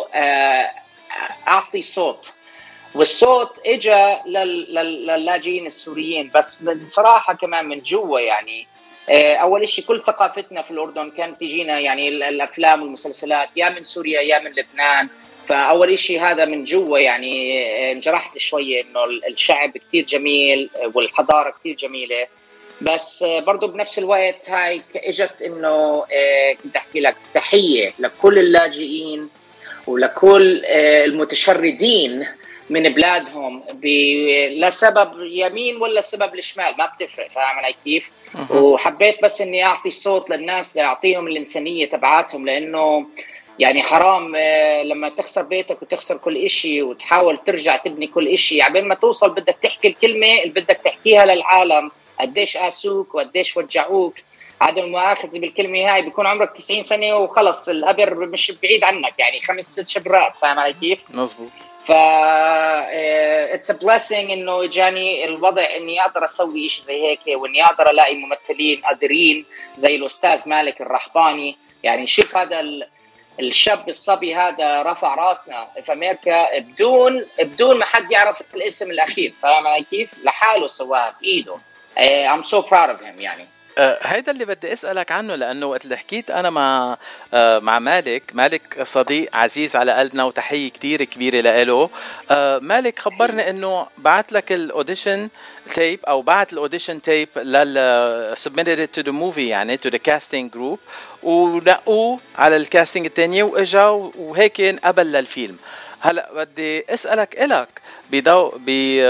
أعطي صوت، والصوت اجا للاجئين السوريين، بس بصراحه كمان من جوا يعني. اول شيء كل ثقافتنا في الاردن كانت تجينا يعني الافلام والمسلسلات يا من سوريا يا من لبنان، فاول شيء هذا من جوا يعني انجرحت شويه انه الشعب كتير جميل والحضاره كتير جميله. بس برضو بنفس الوقت هاي اجت انه كنت احكي لك تحيه لكل اللاجئين ولكل المتشردين من بلادهم لا سبب يمين ولا سبب الشمال، ما بتفرق، فاهم علي كيف؟ وحبيت بس اني اعطي صوت للناس لاعطيهم الانسانيه تبعاتهم، لانه يعني حرام لما تخسر بيتك وتخسر كل إشي وتحاول ترجع تبني كل إشي، عبين ما توصل بدك تحكي الكلمه اللي بدك تحكيها للعالم، قديش قاسوك وقديش وجعوك. عدم المؤاخذة بالكلمة هاي بيكون عمرك 90 سنة وخلص القبر مش بعيد عنك يعني 5-6 شبرات، فاهم علي كيف؟ مظبوط. it's a blessing إنه جاني الوضع إني أقدر أسوي إشي زي هيك، وإني أقدر ألاقي ممثلين قادرين زي الأستاذ مالك الرحباني. يعني شوف هذا الشاب الصبي هذا رفع راسنا في أمريكا بدون ما حد يعرف الاسم الأخير، فاهم علي كيف؟ لحاله سواها بإيده. I'm so proud of him يعني. هيدا اللي بدي أسألك عنه، لأنه وقت اللي حكيت أنا مع مالك صديق عزيز على قلبنا وتحية كتير كبيرة لإله. مالك خبرني إنه بعت لك الأوديشن تيب أو بعت الأوديشن تيب submitted it to the movie يعني to the casting group، ونقوه على الكاستنج التانية وإجا وهيك انقبل للفيلم. هلأ بدي أسألك إلك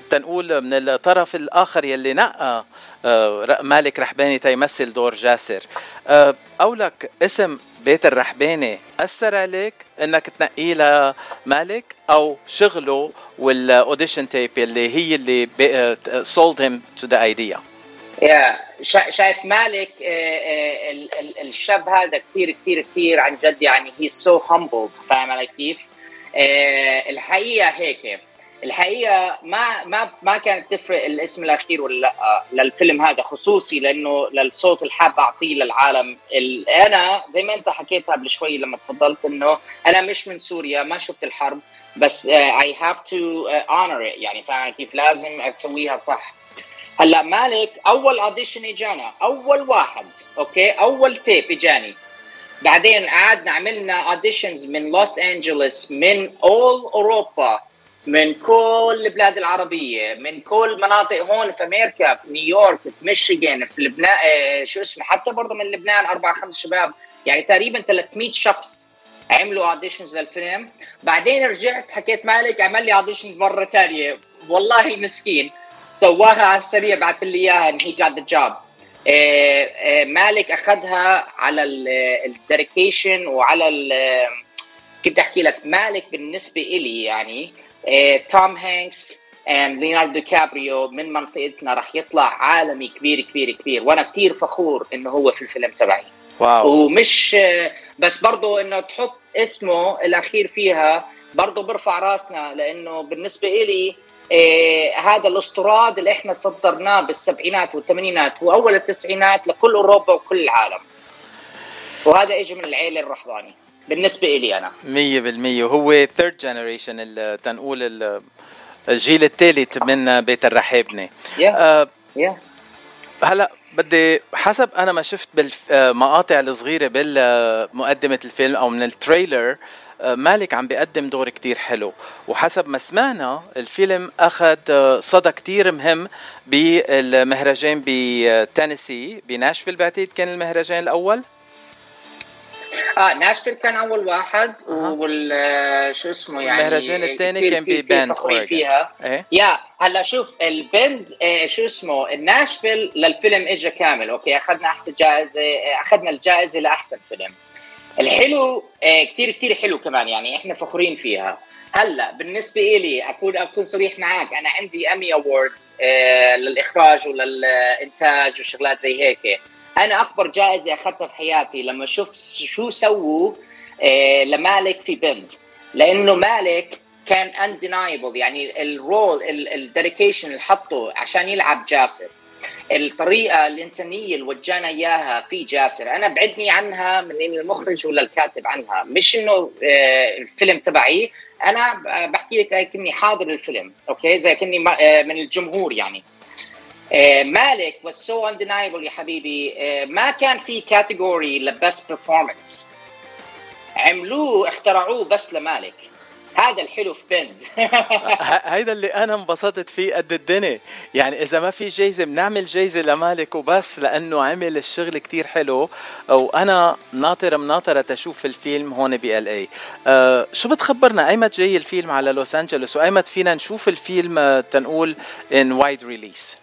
تنقول من الطرف الآخر يلي نقى مالك رحباني تيمثل دور جاسر، أولك اسم بيت الرحباني أثر عليك إنك تنقي لمالك أو شغله والأوديشن تيب اللي هي اللي sold him to the idea؟ شايف مالك الشاب هذا كثير عن جد، يعني he's so humbled، فاهم علي كيف؟ الحقيقة هيك، الحقيقة ما كانت تفرق الاسم الأخير ولا لا للفيلم هذا خصوصي، لأنه للصوت الحاب أعطيه للعالم. أنا زي ما أنت حكيت قبل شوي لما تفضلت إنه أنا مش من سوريا، ما شفت الحرب، بس I have to honor it، يعني فاهم كيف لازم أسويها صح. هلا مالك أول أوديشن إجانا، أول واحد أوكي، أول تيب إجاني، بعدين قعدنا عملنا أوديشنز من لوس أنجلوس، من أول أوروبا، من كل البلاد العربية، من كل مناطق هون في أمريكا، في نيويورك، في ميشيغان، في لبنان، حتى برضه من لبنان 4-5 شباب، يعني تقريبا 300 شخص عملوا أوديشنز للفيلم. بعدين رجعت حكيت مالك عمل لي أوديشن مرة تانية، والله المسكين سواها على السريع، بعت لي إياها إن he got the job. مالك أخذها على الديديكيشن وعلى كيف بدي أحكي لك، مالك بالنسبة إلي يعني توم هانكس ليوناردو دي كابريو من منطقتنا رح يطلع عالمي كبير، وأنا كتير فخور إنه هو في الفيلم تبعي. واو. ومش بس برضو إنه تحط اسمه الأخير فيها برضو برفع راسنا، لأنه بالنسبة إلي هذا الاستراد اللي احنا صدرناه بالسبعينات والثمانينات واول التسعينات لكل اوروبا وكل العالم، وهذا اجى من العيله الرحباني بالنسبه لي انا 100%. وهو third generation تنقول الجيل الثالث من بيت الرحابني. هلا بدي حسب انا ما شفت بالمقاطع الصغيره بالمقدمه الفيلم او من التريلر، مالك عم بيقدم دور كتير حلو، وحسب ما سمعنا الفيلم أخذ صدى كتير مهم بالمهرجان بتينيسي بناشفيل، بعتقد كان المهرجان الأول. ناشفيل كان أول واحد، شو اسمه يعني المهرجان الثاني كان ببند فيها. يا هلا شوف البند شو اسمه الناشفيل للفيلم إجا كامل، أوكي أخذنا أحسن جائزة، أخذنا الجائزة لأحسن فيلم. الحلو كتير حلو كمان، يعني احنا فخورين فيها. هلا بالنسبه لي اكون صريح معاك، انا عندي امي اووردز للاخراج وللانتاج وشغلات زي هيك. انا اكبر جائزه اخذتها في حياتي لما شفت شو سووا لمالك في بند، لانه مالك كان undeniable، يعني الرول الديديكيشن اللي حطه عشان يلعب جاسر، الطريقة الإنسانية اللي وجانا إياها في جاسر، أنا بعدني عنها من المخرج ولا الكاتب عنها، مش إنه الفيلم تبعي، أنا بحكي لك كني حاضر الفيلم، أوكي زي كني من الجمهور يعني. مالك was so undeniable يا حبيبي، ما كان في كاتيجوري لبست performance، عملوه اخترعوه بس لمالك. هذا الحلو في بند. هيدا اللي أنا انبسطت فيه قد الدنيا، يعني إذا ما في جايزة بنعمل جايزة لمالك وبس، لأنه عمل الشغل كتير حلو، وأنا مناطرة تشوف الفيلم هون بLA. شو بتخبرنا أيمت جاي الفيلم على لوس أنجلوس، وأيمت فينا نشوف الفيلم تنقول in wide release؟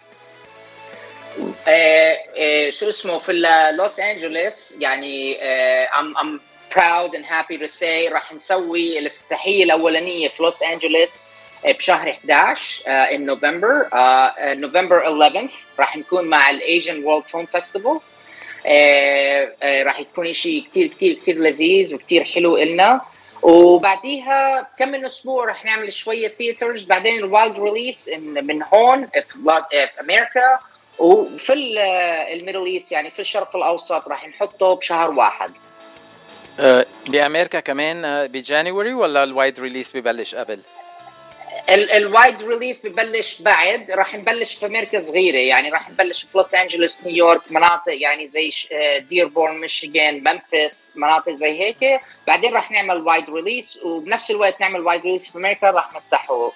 شو اسمه في لوس أنجلوس، يعني I'm proud and happy to say راح نسوي الافتتاحية الأولانية في لوس أنجلوس بشهر 11 in November 11th. راح نكون مع الAsian World Film Festival. راح يكون شيء كتير لذيذ وكتير حلو إلنا. وبعديها كم من أسبوع راح نعمل شوية ثياترز، بعدين الوايلد ريليس من هون في أمريكا وفي الميدل إيست، يعني في الشرق الأوسط راح نحطه بشهر 1. بأمريكا كمان بجانيوري ولا الوايد ريليس ببلش قبل؟ الوايد ريليس ببلش بعد، راح نبلش في أمريكا صغيرة، يعني راح نبلش في لوس أنجلوس، نيويورك، مناطق يعني زي ديربورن، ميشيغان، ممفيس، مناطق زي هيك. بعدين راح نعمل وايد ريليس، وبنفس الوقت نعمل وايد ريليس في أمريكا، راح نفتحه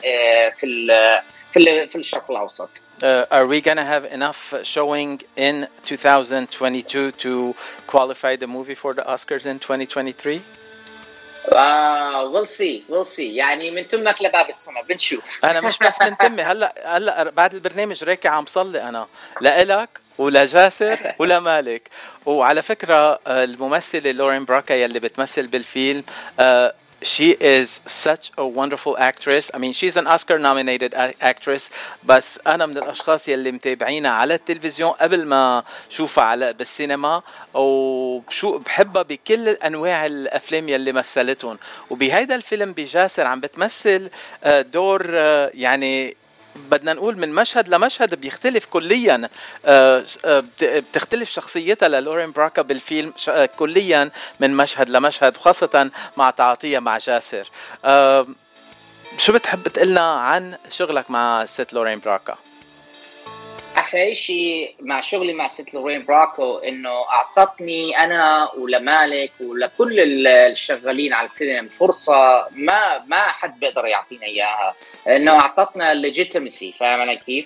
في الشرق الأوسط. Are we gonna have enough showing in 2022 to qualify the movie for the Oscars in 2023? we'll see يعني من تمك لباب السما بنشوف. انا مش بس من تمي، هلا بعد البرنامج راكع عم صلي انا لإلك ولا جاسر ولا مالك. وعلى فكرة الممثلة لورين براكا يلي بتمثل بالفيلم she is such a wonderful actress. I mean she's an Oscar nominated actress. بس أنا من الأشخاص يلي متابعينها على التلفزيون قبل ما شوفها على بالسينما، وشو بحبها بكل أنواع الأفلام يلي مثلتهم. وبهيدا الفيلم بجاسر عم بتمثل دور يعني بدنا نقول من مشهد لمشهد بيختلف كليا. بتختلف شخصيتها للورين براكا بالفيلم كليا من مشهد لمشهد، وخاصة مع تعاطيها مع جاسر. شو بتحب تقلنا عن شغلك مع ست لورين براكا؟ أحلى شيء مع شغلي مع ست لورين براكو إنه أعطتني أنا ولمالك ولكل الشغالين على الفيلم فرصة ما حد بيقدر يعطينا إياها، إنه أعطتنا legitimacy. فاهم أنا كيف؟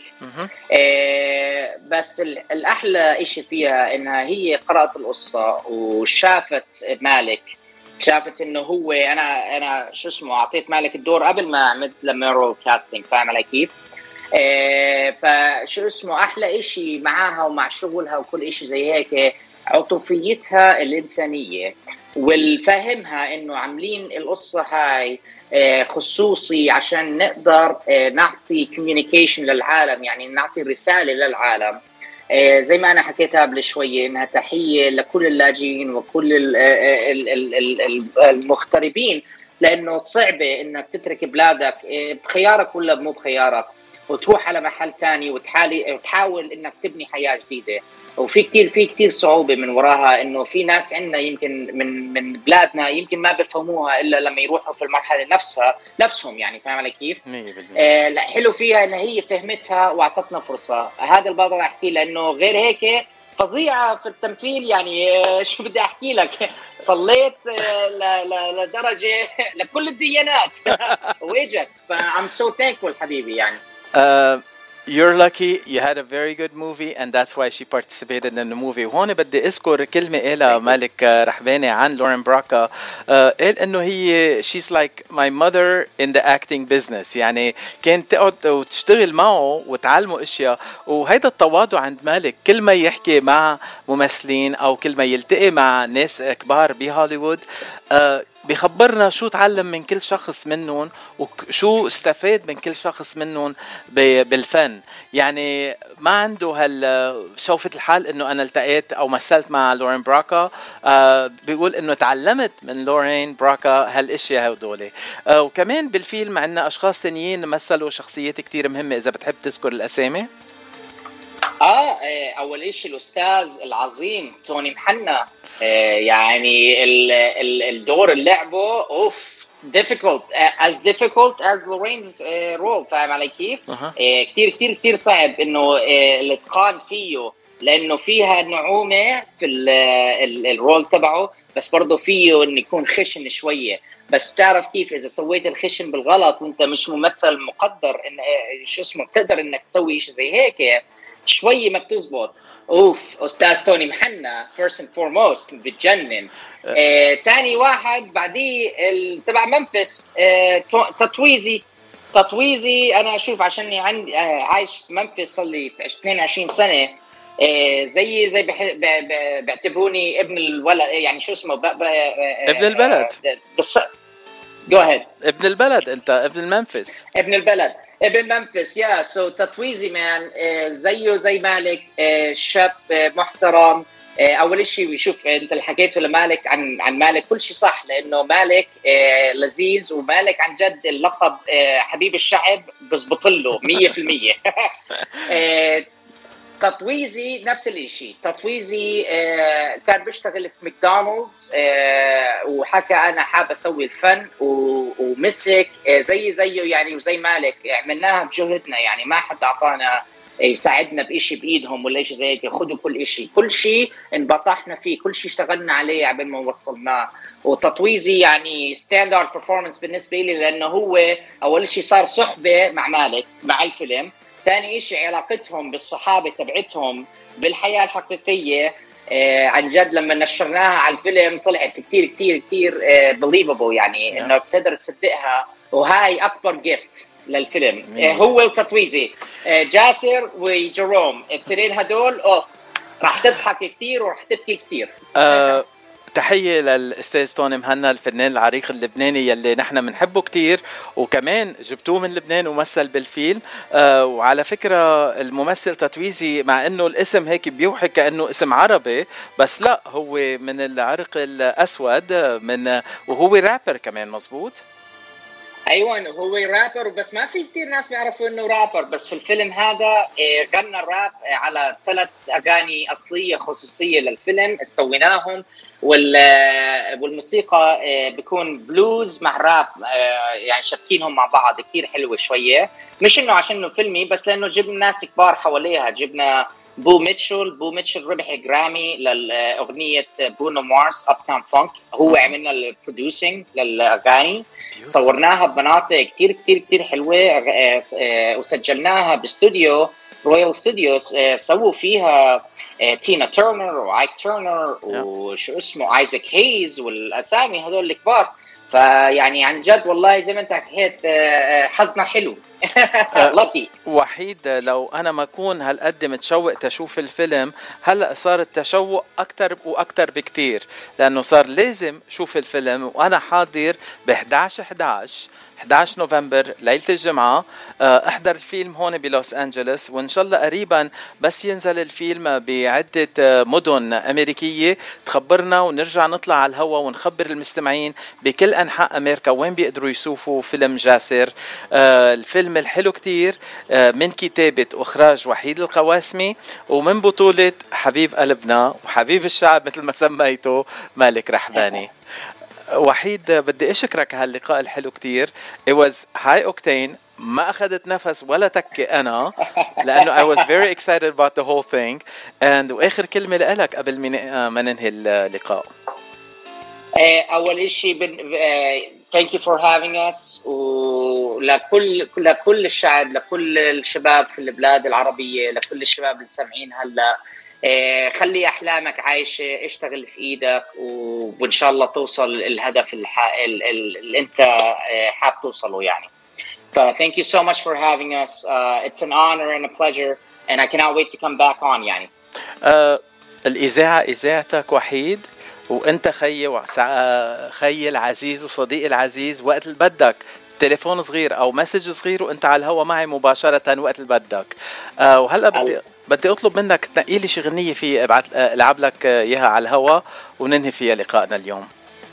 بس الأحلى إشي فيها إنها هي قرأت القصة وشافت مالك، شافت إنه هو أنا شو اسمه أعطيت مالك الدور قبل ما عملت لميرو كاستينج. فاهم علي كيف؟ فشو اسمه أحلى إشي معاها ومع شغلها وكل إشي زي هيك عطوفيتها الإنسانية، والفهمها إنه عاملين القصة هاي خصوصي عشان نقدر نعطي communication للعالم، يعني نعطي رسالة للعالم. زي ما أنا حكيتها قبل شوية إنها تحية لكل اللاجئين وكل المغتربين، لأنه صعبة إنك تترك بلادك بخيارك ولا مو بخيارك وتروح على محل تاني وتحاول إنك تبني حياة جديدة. وفي كتير صعوبة من وراها، إنه في ناس عندنا يمكن من بلادنا يمكن ما بيفهموها إلا لما يروحوا في المرحلة نفسهم. يعني فاهم علي كيف؟ لا حلو فيها إن هي فهمتها وعطتنا فرصة. هذا اللي بقدر أحكي، لأنه غير هيك فظيعة في التمثيل. يعني شو بدي أحكي لك، صليت لدرجة لكل الديانات وإجت. I'm so thankful حبيبي يعني. You're lucky you had a very good movie and that's why she participated in the movie. وهون بدي أذكر كلمة قالها مالك رحباني عن لورين براكا. قال إنه هي she's like my mother in the acting business. يعني كانت تقعد وتشتغل معه وتعلمه أشياء، وهيدا التواضع عند مالك كل ما يحكي مع ممثلين أو كل ما يلتقي مع ناس كبار بهوليوود بيخبرنا شو تعلم من كل شخص منهم وشو استفاد من كل شخص منهم بالفن. يعني ما عنده شوفة الحال انه انا التقيت او مثلت مع لورين براكا، بيقول انه تعلمت من لورين براكا هالاشياء هدول. وكمان بالفيلم عندنا اشخاص تانيين مثلوا شخصيات كتير مهمة، اذا بتحب تذكر الاسامي. اول اشي الاستاذ العظيم توني محنا، يعني الدور اللي لعبه difficult as Lorraine's role. فاهم علي كيف؟ كتير صعب انه الاتقان فيه، لانه فيها نعومة في الرول تبعه، بس برضه فيه انه يكون خشن شوية. بس تعرف كيف اذا سويت الخشن بالغلط وانت مش ممثل مقدر ان شو اسمه بتقدر انك تسوي شيء زي هيك شوية ما بتزبط. أستاذ توني محنا first and foremost بتجنن. تاني واحد بعديه تبع منفس تطويزي. أنا أشوف عشاني عندي عايش في منفس صار لي 22 سنة. زي بيعتبروني ابن الولد، يعني شو اسمه ابن البلد. بس go ahead. ابن البلد، أنت ابن المنفس. ابن البلد ابن منفس. سو تطويزي مان زيه زي مالك، شاب محترم. اول شيء ويشوف انت اللي حكيته لمالك عن مالك كل شيء صح، لانه مالك لذيذ، ومالك عن جد اللقب حبيب الشعب بزبط له 100%. تطويزي نفس الاشي. تطويزي كان بيشتغل في ماكدونالدز، وحكى انا حاب اسوي الفن ومسك زيه يعني، وزي مالك عملناها بجهدنا. يعني ما حد اعطانا يساعدنا بإشي بإيدهم ولا إشي زي هيك. خدوا كل شيء انبطحنا فيه، كل شيء اشتغلنا عليه قبل ما وصلناه. وتطويزي يعني ستاندرد بيرفورمانس بالنسبة لي، لأنه هو أول شيء صار صحبة مع مالك مع الفيلم. ثاني إشي علاقتهم بالصحابة تبعتهم بالحياة الحقيقية. عن جد لما نشرناها على الفيلم طلعت كتير كتير كتير believable، يعني انه بتقدر تصدقها، وهاي اكبر جيفت للفيلم. هو وتطويزي جاسر وجيروم، التنين هدول راح تضحك كتير وراح تبكي كتير. تحية للأستاذ توني مهنا، الفنان العريق اللبناني يلي نحن منحبه كتير، وكمان جبتوه من لبنان ومثل بالفيلم. وعلى فكرة الممثل تطويزي مع انه الاسم هيك بيوحي كأنه اسم عربي، بس لا، هو من العرق الأسود، وهو رابر كمان. مزبوط؟ ايوه هو رابر، بس ما في كتير ناس بيعرفوا انه رابر. بس في الفيلم هذا غنى الراب على 3 اغاني اصليه خصوصيه للفيلم سويناهم، والموسيقى بيكون بلوز مع راب، يعني شابكينهم مع بعض كتير حلوه شويه. مش انه عشانه فيلمي، بس لانه جبنا ناس كبار حواليها. جبنا بو ميتشل ربح جرامي للأغنية برونو مارس أب تاون فانك، هو عملنا البروديوسينج للأغاني. صورناها بمناطق كتير كتير كتير حلوة، وسجلناها باستوديو رويال ستوديوز. سووا فيها تينا تيرنر وآيك تيرنر وشو اسمه آيزاك هيز والأسامي هذول الكبار. فيعني عن جد والله زي ما انت حكيت حظنا حلو. لطي وحيد، لو انا ما اكون هالقد متشوق تشوف الفيلم، هلا صار التشوق اكتر واكتر بكتير، لانه صار لازم شوف الفيلم. وانا حاضر ب 11 نوفمبر ليلة الجمعة. احضر الفيلم هون بلوس أنجلوس، وإن شاء الله قريبا بس ينزل الفيلم بعدة مدن أمريكية تخبرنا، ونرجع نطلع على الهوا ونخبر المستمعين بكل أنحاء أمريكا وين بيقدروا يشوفوا فيلم جاسر. الفيلم الحلو كتير، من كتابة وإخراج وحيد القواسمي، ومن بطولة حبيب قلبنا وحبيب الشعب مثل ما سميته مالك رحباني. وحيد، بدي أشكرك هاللقاء الحلو كتير. It was high octane، ما أخذت نفس ولا تكي أنا، لأنه I was very excited about the whole thing. وآخر كلمة لك قبل ما ننهي اللقاء. أول إشي thank you for having us، ولكل الشعب، لكل الشباب في البلاد العربية، لكل الشباب اللي سامعين هلا، خلي أحلامك عايشة، اشتغل في إيدك، وإن شاء الله توصل الهدف اللي أنت حاب توصله يعني. Thank you so much for having us. It's an honor and a pleasure, and I cannot wait to come back on يعني. الإذاعة إذاعتك وحيد، وأنت خي العزيز وصديقي العزيز. وقت اللي بدك تليفون صغير أو مسج صغير وأنت على الهوا معي مباشرة وقت اللي بدك. وهلأ بدي أطلب منك تنقي لي شي غنية في ألعب لك إياها على الهوا وننهي فيها لقائنا اليوم.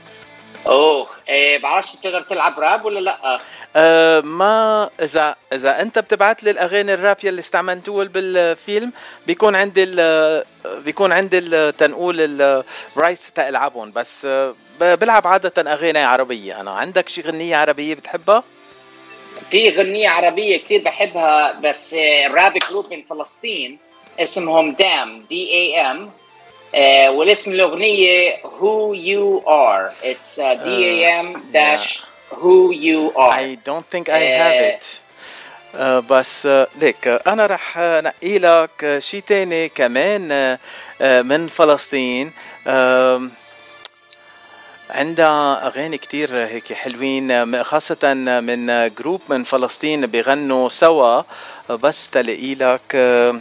بعرفش تقدر تلعب راب ولا لا؟ ما إذا أنت بتبعت لي الأغاني الراب يلي استعملتوه بالفيلم، بيكون عندي تنقول الرايتس تلعبون، بس بلعب عادة أغاني عربية. أنا عندك شي غنية عربية بتحبها؟ في غنية عربية كتير بحبها، بس راب جروب من فلسطين اسمهم دام DAM، والاسم الأغنية Who You Are. It's DAM-Who You Are. I don't think I have it. بس ليك أنا رح نقي لك شي تاني كمان من فلسطين. عندها أغاني كتير هيك حلوين، خاصة من جروب من فلسطين بيغنوا سوا. بس تلاقي لك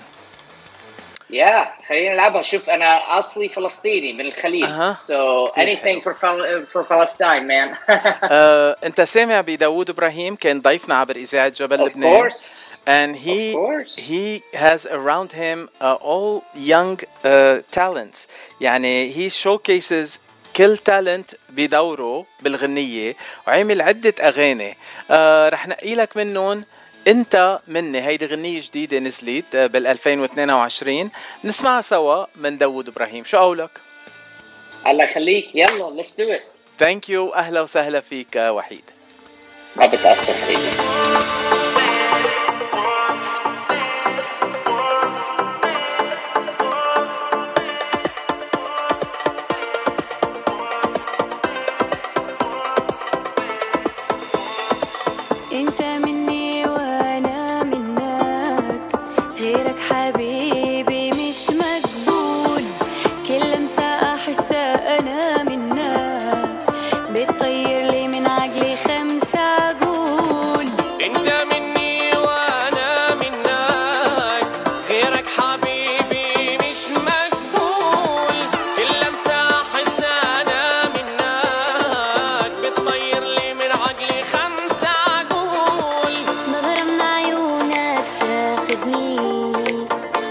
خلينا نلعبها. شوف أنا أصلي فلسطيني من الخليج. So anything for Palestine man. أنت سامع بداود إبراهيم، كان ضيفنا عبر إذاعة جبل لبنان. And he has around him all young talents. يعني he showcases كل تالنت بدوره بالغنية، وعمل عدة أغاني. رح نقي لك منهم انت مني. هيدي غنية جديدة نزلت بال2022، نسمعها سوا من داود إبراهيم. شو قولك؟ الله يخليك، يلا let's do it. Thank you. أهلا وسهلا فيك وحيد. ما بتأثر فيك. حبيبي مش مقبول، كل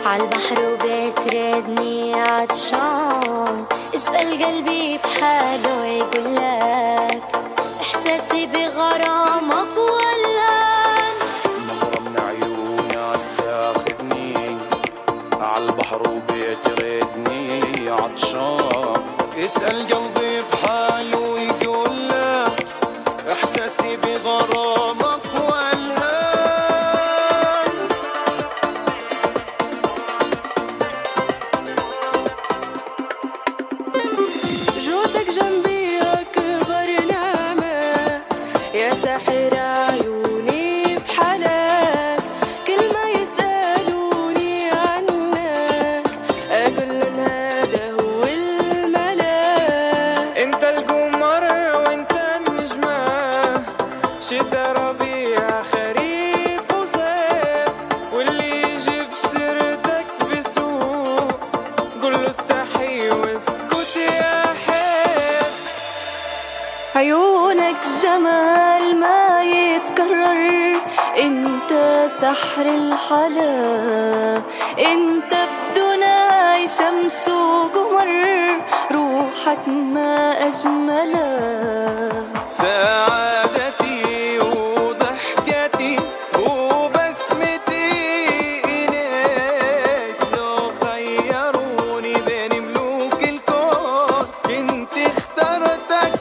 عالبحر وبتردني عطشان. اسأل قلبي بحاله يقولك احساسي بغرامك ولان. نظرة من عيونك تاخدني عالبحر وبتردني عطشان. اسأل قلبي بحاله يقولك احساسي بغرامك والهان. جودك جنبي اكبر نعمة يا ساحر عيوني بحالك. كل ما يسألوني عنك اقول لهم هذا هو الملاك. انت القمر وانت النجمة شتا ربيع خريف وصيف. واللي يجيب سيرتك بسوق قوله استحي واسكت يا حيف. عيونك جمال ما يتكرر. انت سحر الحلا. انت بدناي شمس وقمر. روحك ما اجملها. سعادتي وضحكتي وبسمتي إليك. لو خيروني بين ملوك الكون كنت اخترتك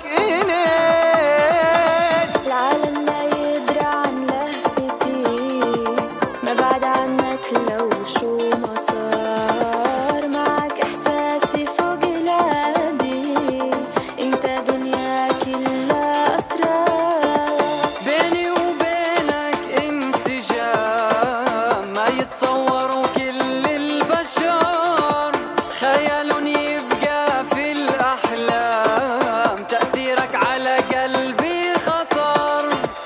إليك. العالم ما يدري عن لهفتي. ما بعد عنك لو شو ما صار. معك احساسي فوق العادي. انت دنيا كلها اسرار. بيني وبينك انسجام ما يتصوروا كل البشر. خيال يبقى في الأحلام. تأثيرك على قلبي خطر.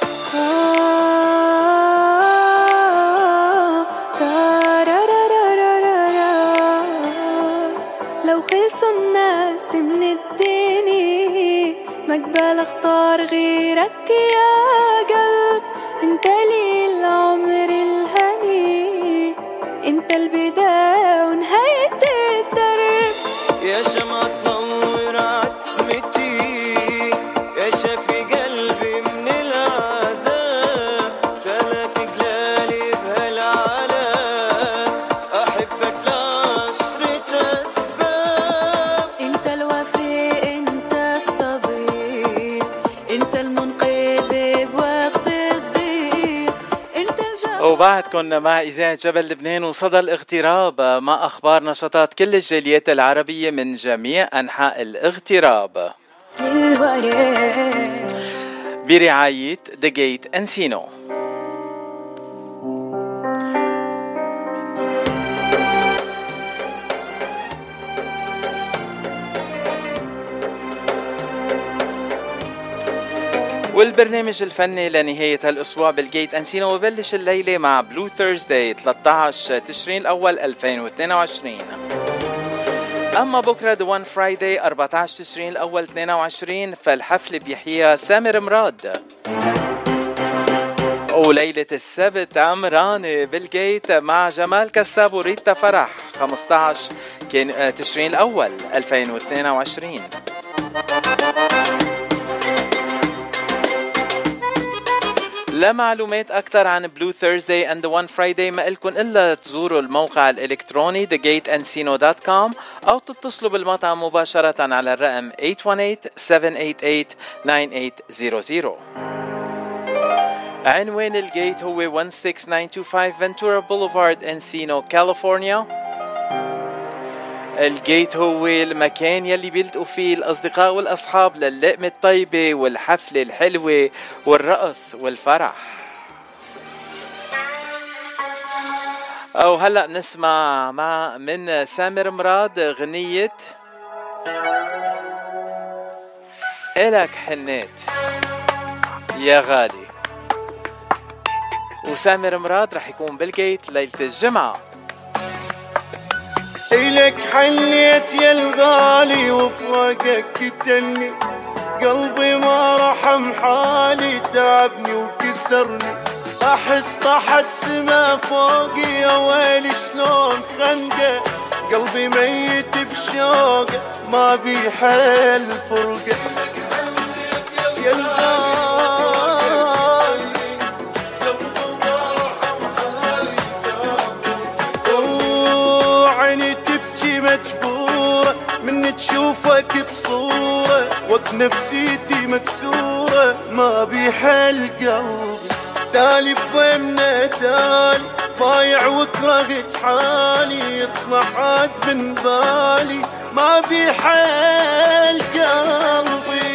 لو خلصوا الناس من الدنيا مقبل اختار غيرك يا قلب. انت لي العمر الهني. انت البداية ونهاية الدرب. يا شمعة تنور عتمتي يا شافي قلبي من العذاب. فلك قلالي بهالعالم أحبك لعشرة أسباب. انت الوفي انت الصديق. انت المنقذ بوقت الضيق. انت وبعدكن مع إذاعة جبل لبنان وصدى الاغتراب مع أخبار نشاطات كل الجاليات العربية من جميع أنحاء الاغتراب برعاية The Gate Encino. والبرنامج الفني لنهاية هالأسبوع بالجيت أنسينو وبلش الليلة مع بلو ثيرزداي 13 تشرين الأول 2022. أما بكرة The One Friday 14 تشرين الأول 22 فالحفل بيحيى سامر مراد. وليلة السبت عمراني بالجيت مع جمال كساب وريتا فرح 15 تشرين الأول 2022. لمعلومات أكثر عن Blue Thursday and The One Friday ما إلكن إلا تزوروا الموقع الإلكتروني thegateencino.com أو تتصلوا بالمطعم مباشرة على الرقم 818-788-9800. عنوان الجيت هو 16925 Ventura Boulevard, Encino, كاليفورنيا. الجيت هو المكان يلي بيلتقوا فيه الأصدقاء والأصحاب للقمة الطيبة والحفلة الحلوة والرقص والفرح. أو هلأ نسمع من سامر مراد غنية إلك حنيت يا غالي. وسامر مراد رح يكون بالجيت ليلة الجمعة. إلك حنيت يا الغالي وفراقك قتلني. قلبي ما رحم حالي تعبني وكسرني. أحس طاحت سما فوقي يا ويلي شلون خلني. ما بيحل فرقة يا الغالي عيني تبكي مجبورة من تشوفك بصورة وقت نفسيتي مكسورة ما بيحل قلبي تالي بضمنا تالي ضايع وكرهت حالي طمعت من بالي ما بيحل قلبي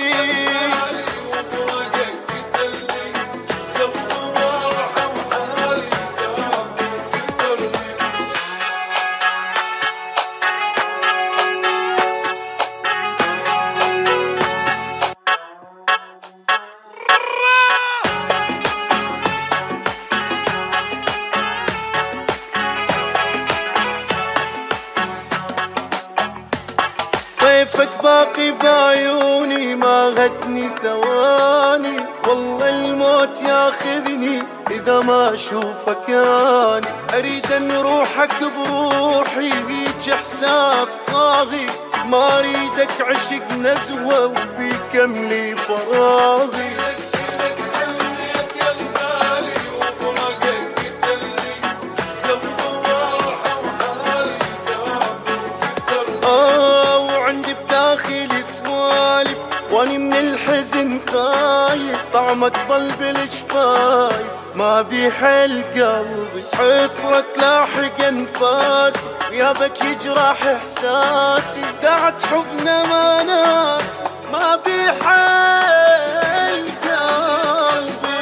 طيفك باقي بعيوني ما غدني ثواني والله الموت ياخذني إذا ما أشوفك أنا أريد أن روحك بروحي هيج إحساس طاغي ما أريدك عشق نزوة وبيكملي فراغي واني من الحزن خايف طعمك ضل بالجفايف ما بيحل قلبي عطرك لاحق انفاسي غيابك يجرح احساسي دعت حبنا ما ناس ما بيحل قلبي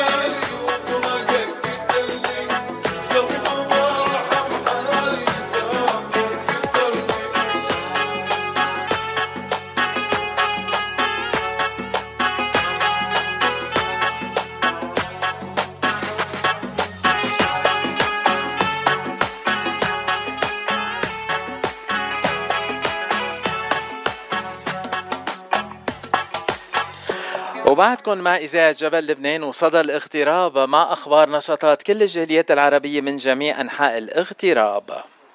وبعدكم مع إذاعة جبل لبنان وصدى الاغتراب مع أخبار نشاطات كل الجاليات العربية من جميع أنحاء الاغتراب.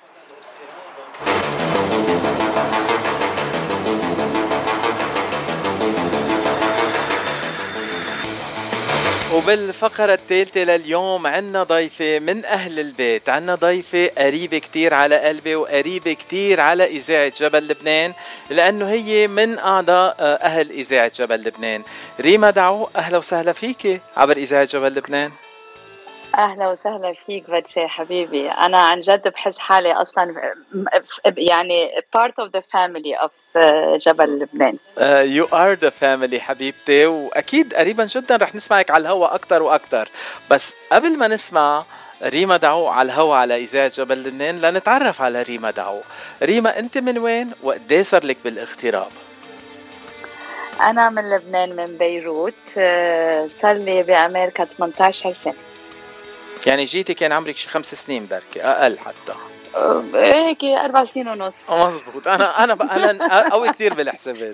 وبالفقرة الثالثة لليوم عنا ضيفة من أهل البيت، عنا ضيفة قريبة كتير على قلبي وقريبة كتير على إذاعة جبل لبنان لأنه هي من أعضاء أهل إذاعة جبل لبنان. ريما دعو، أهلا وسهلا فيك عبر إذاعة جبل لبنان. أهلا وسهلا فيك باتشي حبيبي، أنا عن جد بحس حالي أصلا يعني part of the family of جبل لبنان. You are the family حبيبتي، وأكيد قريبا جدا رح نسمعك على الهواء أكتر وأكتر. بس قبل ما نسمع ريما دعو على الهواء على إذاعة جبل لبنان لنتعرف على ريما دعو. ريما أنت من وين وقديه صار لك بالاغتراب؟ أنا من لبنان من بيروت، صار لي بأمريكا 18 سنة. يعني جيتي كان عمرك شي 5 سنين بركي أقل حتى هيك 4 سنين ونص. مزبوط. أنا قوي كتير بالحسابات.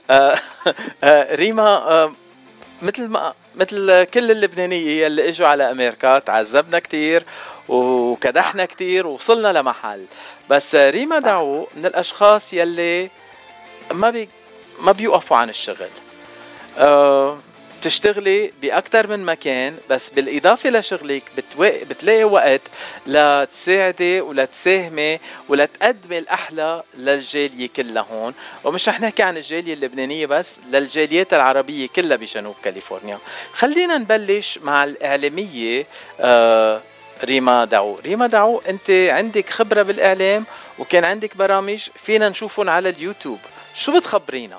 ريما، مثل كل اللبنانية اللي اجوا على أمريكا تعذبنا كتير وكدحنا كتير ووصلنا لمحل. بس ريما دعو من الأشخاص يلي ما بيوقفوا عن الشغل. تشتغلي بأكتر من مكان، بس بالإضافة لشغلك بتلاقي وقت لتساعدي ولتساهمي ولتقدمي الأحلى للجالية كلها هون. ومش رح نحكي عن الجالية اللبنانية بس، للجاليات العربية كلها بجنوب كاليفورنيا. خلينا نبلش مع الإعلامية. ريما دعو. ريما دعو، أنت عندك خبرة بالإعلام وكان عندك برامج فينا نشوفهم على اليوتيوب، شو بتخبرينا؟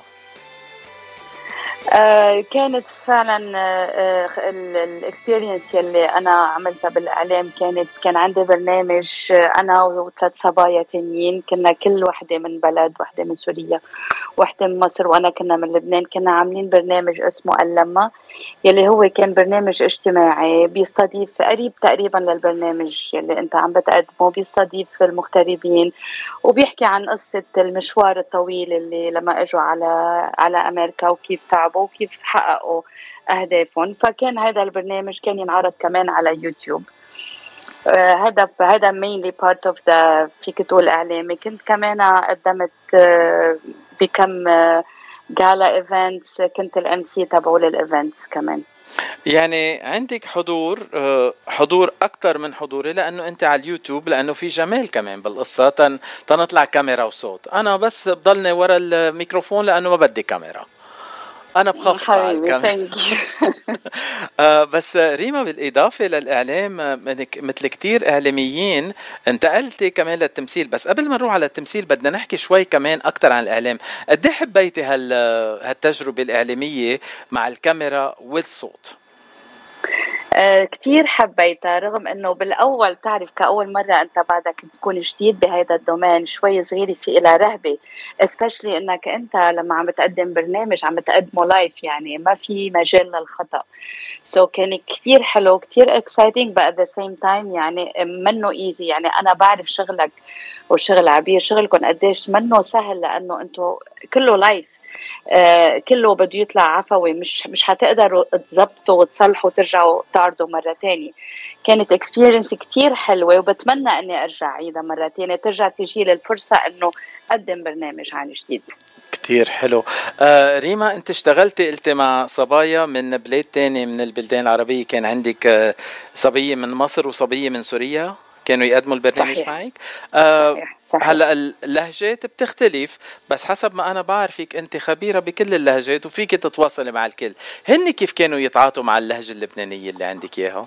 كانت فعلا الاكسبيرينس يلي انا عملتها بالاعلام كان عندي برنامج انا وثلاث صبايا ثانيين، كنا كل وحده من بلد، وحده من سوريا وحده من مصر وانا كنا من لبنان. كنا عاملين برنامج اسمه اللمة يلي هو كان برنامج اجتماعي بيستضيف قريب تقريبا للبرنامج يلي انت عم بتقدمه، بيستضيف المغتربين وبيحكي عن قصة المشوار الطويل اللي لما اجوا على امريكا وكيف تعبوا وكيف حققوا اهدافهم. فكان هذا البرنامج كان ينعرض كمان على يوتيوب. هذا mainly part of the فيك تقول اعلامي. كنت كمان قدمت بكم جالا ايفنتس، كنت الام سي تبعوا للايفنتس كمان. يعني عندك حضور أكتر من حضوري، لأنه أنت على اليوتيوب، لأنه في جمال كمان بالقصة تنطلع كاميرا وصوت. أنا بس بضلني ورا الميكروفون لأنه ما بدي كاميرا، أنا بخاف على الكاميرا. بس ريما، بالإضافة للإعلام مثل كتير إعلاميين انتقلتي كمان للتمثيل. بس قبل ما نروح على التمثيل بدنا نحكي شوي كمان أكتر عن الإعلام. قد ايه حبيتي هالتجربة الإعلامية مع الكاميرا والصوت؟ كتير حبيتها، رغم انه بالاول تعرف كأول مرة انت بعدك تكون جديد بهذا الدومين، شوي صغيرة في إلى رهبة، especially انك انت لما عم بتقدم برنامج عم بتقدمه لايف، يعني ما في مجال للخطأ. كان كتير حلو، كتير exciting but at the same time يعني منه easy. يعني انا بعرف شغلك وشغل عبير، شغلكم قديش منه سهل، لانه انتو كله لايف، كله بده يطلع عفوي، مش هتقدروا تزبطوا وتصلحوا وترجعوا تعرضوا مرة تانية. كانت اكسبيرينس كتير حلوة، وبتمنى اني ارجع عيدها مرة تانية، ترجع تجي للفرصة انه قدم برنامج عن جديد. كتير حلو. ريما، انت اشتغلتي قلتي مع صبايا من بلاد تاني من البلدان العربية، كان عندك صبية من مصر وصبية من سوريا كانوا يقدموا البرنامج. صحيح. معك. صحيح. هلا اللهجات بتختلف، بس حسب ما انا بعرفك انت خبيرة بكل اللهجات وفيك تتواصلي مع الكل. هن كيف كانوا يتعاطوا مع اللهجة اللبنانية اللي عندك اياها؟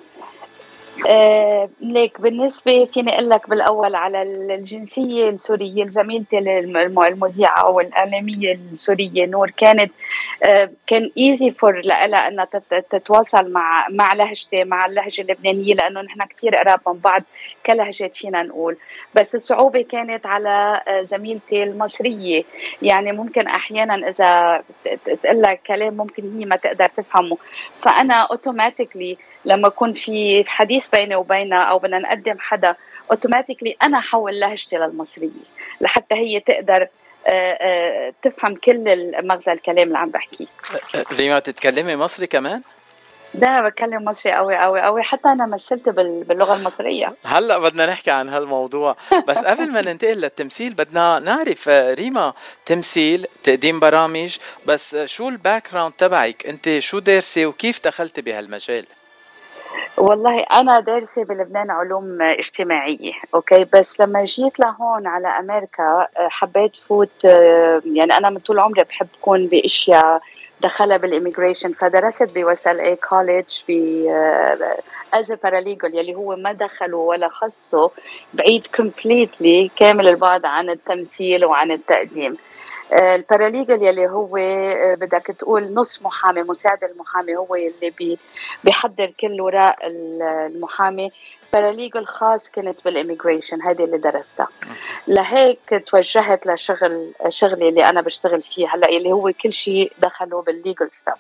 ليك بالنسبة فيني أقول لك بالأول على الجنسية السورية، زميلتي المذيعة والإعلامية السورية نور، كان easy for لها أنها تتواصل مع لهجتي، مع اللهجة اللبنانية، لأنه نحن كتير قراب من بعض كلهجات فينا نقول. بس الصعوبة كانت على زميلتي المصرية، يعني ممكن أحيانا إذا تقول لك كلام ممكن هي ما تقدر تفهمه، فأنا أوتوماتيكلي لما يكون في حديث بيني وبينها أو بدنا نقدم حدا، أوتوماتيكلي أنا حول لهجتي للمصرية لحتى هي تقدر تفهم كل مغزى الكلام اللي عم بحكيه. ريما، تتكلمي مصري كمان؟ ده أنا بتكلم مصري قوي قوي قوي، حتى أنا مثلت باللغة المصرية. هلأ بدنا نحكي عن هالموضوع، بس قبل ما ننتقل للتمثيل بدنا نعرف ريما، تمثيل، تقديم برامج، بس شو الباك جراوند تبعك؟ أنت شو دارسة وكيف دخلتي بهالمجال؟ والله أنا دارسة بلبنان علوم اجتماعية، أوكي، بس لما جيت لهون على أمريكا حبيت فوت، يعني أنا من طول عمري بحب كون بأشياء دخلها بالإميجريشن، فدرست بويست LA كوليدج as a paralegal، يلي هو ما دخله ولا خصه، بعيد completely كامل البعد عن التمثيل وعن التقديم. الباراليجل يلي هو بدك تقول نص محامي، مساعد المحامي، هو يلي بيحضر كل وراء المحامي. باراليجل خاص كنت بالإميجريشن، هذه اللي درستها. لهيك توجهت شغلي اللي أنا بشتغل فيه هلأ، اللي هو كل شيء دخله بالليجل ستاف.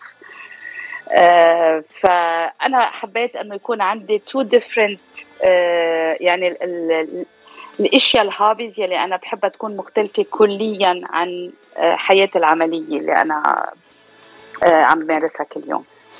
فأنا حبيت أنه يكون عندي two different يعني الاشياء الهابيز يلي انا بحبها تكون مختلفه كليا عن حياتي العمليه اللي انا عم بمارسها كل يوم.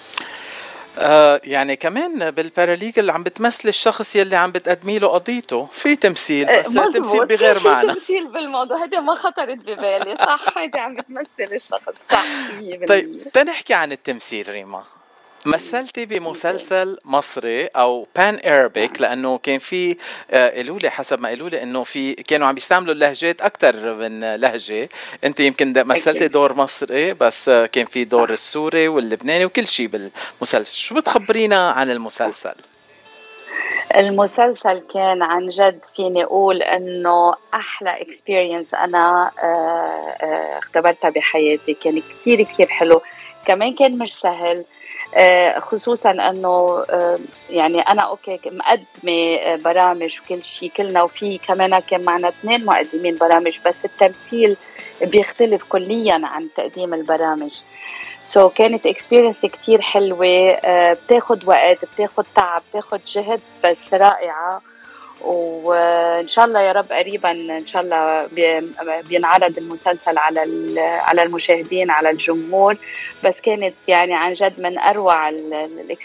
يعني كمان بالباراليجل عم بتمثل الشخص يلي عم بتقدمي له قضيته، في تمثيل بس تمثيل بغير معنى. تمثيل بالموضوع هذا ما خطرت ببالي، صح، هذا عم بتمثل الشخص، صح 100%. طيب تنحكي عن التمثيل. ريما، مثلتي بمسلسل مصري او بان ارابيك، لانه كان في قالوا لي حسب ما قالوا لي انه في كانوا عم يستعملوا اللهجات اكثر من لهجه. انت يمكن مثلتي دور مصري، بس كان في دور السوري واللبناني وكل شيء بالمسلسل. شو بتخبرينا عن المسلسل؟ المسلسل كان عن جد فيني اقول انه احلى اكسبيرينس انا اختبرتها بحياتي. كان كتير كتير حلو، كمان كان مش سهل، خصوصا انه يعني انا اوكي مقدمه برامج وكل شيء كلنا، وفي كمان كان معنا 2 مقدمين برامج، بس التمثيل بيختلف كليا عن تقديم البرامج. كانت اكسبيرينس كتير حلوه، بتاخد وقت، بتاخد تعب، بتاخد جهد، بس رائعه. وان شاء الله يا رب قريبا ان شاء الله بينعرض المسلسل على المشاهدين، على الجمهور. بس كانت يعني عن جد من اروع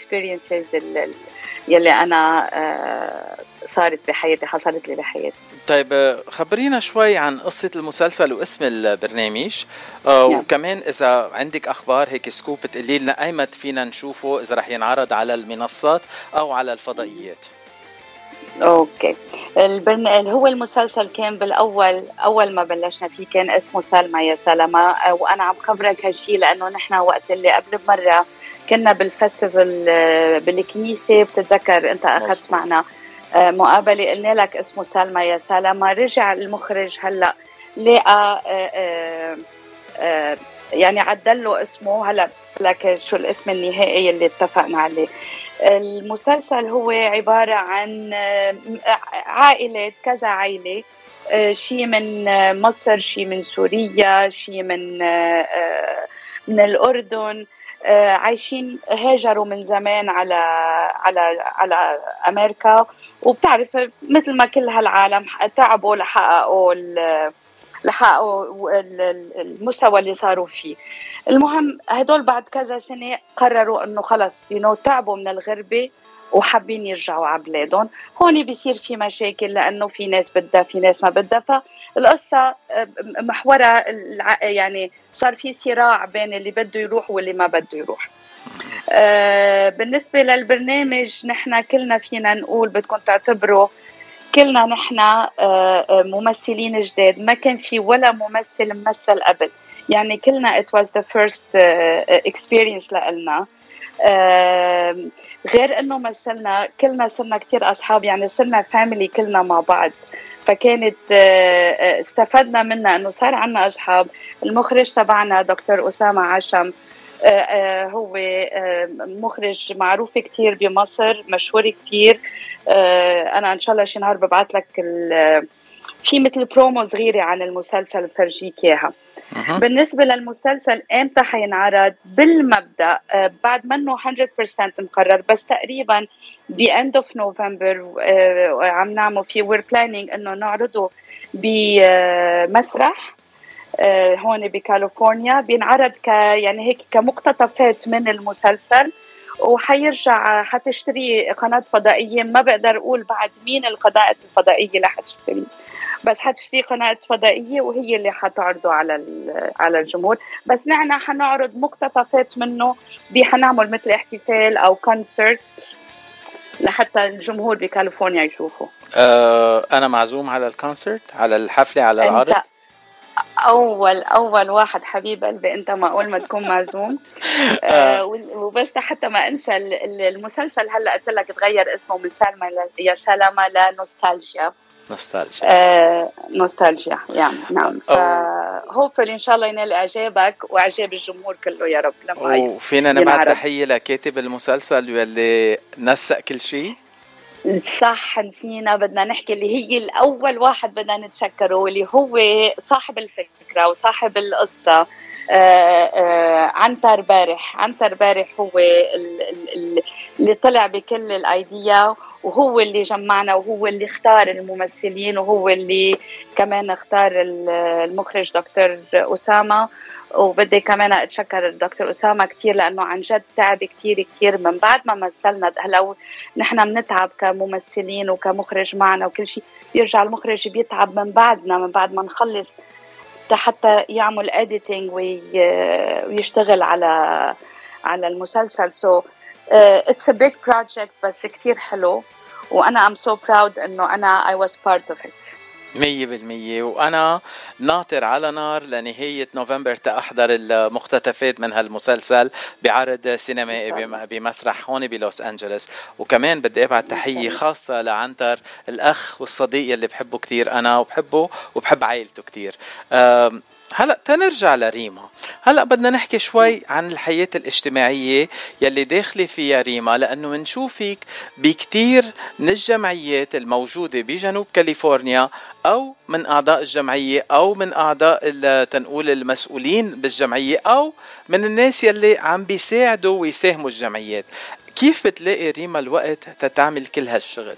الاكسبيرينسز يلي انا صارت بحياتي، حصلت لي بحياتي. طيب خبرينا شوي عن قصة المسلسل واسم البرنامج، وكمان إذا عندك أخبار هيك سكوب تقولي لنا أيمت فينا نشوفه، إذا رح ينعرض على المنصات أو على الفضائيات. اوكي. هو المسلسل كان بالاول، اول ما بلشنا فيه كان اسمه سلمى يا سلمى، وانا عم خبرك هالشيء لانه نحن وقت اللي قبل بمره كنا بالفستيفال بالكنيسه، بتتذكر انت اخذت معنا مقابله قلنا لك اسمه سلمى يا سلمى. رجع المخرج هلا لقى يعني عدل له اسمه، هلا لك شو الاسم النهائي اللي اتفقنا عليه. المسلسل هو عبارة عن عائلة، كذا عائلة، شيء من مصر، شيء من سوريا، شيء من الأردن، عايشين، هاجروا من زمان على أمريكا، وبتعرف مثل ما كل هالعالم تعبوا لحققوا المستوى اللي صاروا فيه. المهم هدول بعد كذا سنة قرروا انه خلص تعبوا من الغربة وحابين يرجعوا على بلادهم. هون بيصير في مشاكل لانه في ناس بدها، في ناس ما بدها، فالقصة محورها يعني صار في صراع بين اللي بده يروح واللي ما بده يروح. بالنسبة للبرنامج نحن كلنا فينا نقول، بدكم تعتبروا كلنا نحن ممثلين جداد، ما كان في ولا ممثل ممثل قبل، يعني كلنا it was the first experience لنا. غير انه مثلنا كلنا صرنا كتير اصحاب، يعني صرنا فاميلي كلنا مع بعض، فكانت استفدنا منها انه صار عنا اصحاب. المخرج تبعنا دكتور أسامة عشم، هو مخرج معروف كتير بمصر، مشهور كتير. انا ان شاء الله شي نهار ببعث لك في مثل برومو صغيرة عن المسلسل بفرجيك اياها. بالنسبة للمسلسل امتى حينعرض؟ بالمبدأ بعد منه 100% مقرر، بس تقريبا end of November عم نعمل فيه، we're planning انه نعرضه بمسرح هون بكاليفورنيا، بينعرض يعني هيك كمقتطفات من المسلسل، وحيرجع حتشتري قناة فضائية. ما بقدر أقول بعد مين القناة الفضائية اللي حتشتري، بس حتشتري قناة فضائية وهي اللي حتعرضه على الجمهور. بس نحن حنعرض مقتطفات منه، حنعمل مثل احتفال أو كونسرت لحتى الجمهور بكاليفورنيا يشوفه. أنا معزوم على الكونسرت، على الحفلة، على العرض. أول واحد حبيب قلبي، أنت ما أول ما تكون معزوم. وبس حتى ما أنسى المسلسل هلأ قلت لك تغير اسمه من سلمى يا سلمى لنوستالجيا. نوستالجيا يعني نعم. فهوبفلي إن شاء الله ينال إعجابك وإعجاب الجمهور كله يا رب. لما وفينا نبعث تحية لكاتب المسلسل واللي نسق كل شيء. صح، نسينا، بدنا نحكي اللي هي الأول واحد بدنا نتشكره، واللي هو صاحب الفكرة وصاحب القصة، عنتر بارح هو اللي طلع بكل الأيديا، وهو اللي جمعنا، وهو اللي اختار الممثلين، وهو اللي كمان اختار المخرج دكتور أسامة. وبدي كمان أتشكر الدكتور أسامة كتير لأنه عن جد تعب كتير من بعد ما مثلنا. هلا نحن بنتعب كممثلين وكمخرج معنا وكل شيء، يرجع المخرج بيتعب من بعدنا، من بعد ما نخلص حتى يعمل editing ويشتغل على المسلسل. so it's a big project بس كتير حلو، وأنا I'm so proud إنه أنا I was part of it 100%. وأنا ناطر على نار لنهاية نوفمبر تأحضر المقتطفات من هالمسلسل بعرض سينمائي بمسرح هون بلوس أنجلس. وكمان بدي أبعت تحية خاصة لعنتر، الأخ والصديق اللي بحبه كتير أنا، وبحبه وبحب عائلته كتير. هلأ تنرجع لريما. هلأ بدنا نحكي شوي عن الحياة الاجتماعية يلي داخلي فيها ريما، لأنه منشوفك بكتير من الجمعيات الموجودة بجنوب كاليفورنيا، أو من أعضاء الجمعية، أو من أعضاء تنقول المسؤولين بالجمعية، أو من الناس يلي عم بيساعدوا ويساهموا الجمعيات. كيف بتلاقي ريما الوقت تتعمل كل هالشغل؟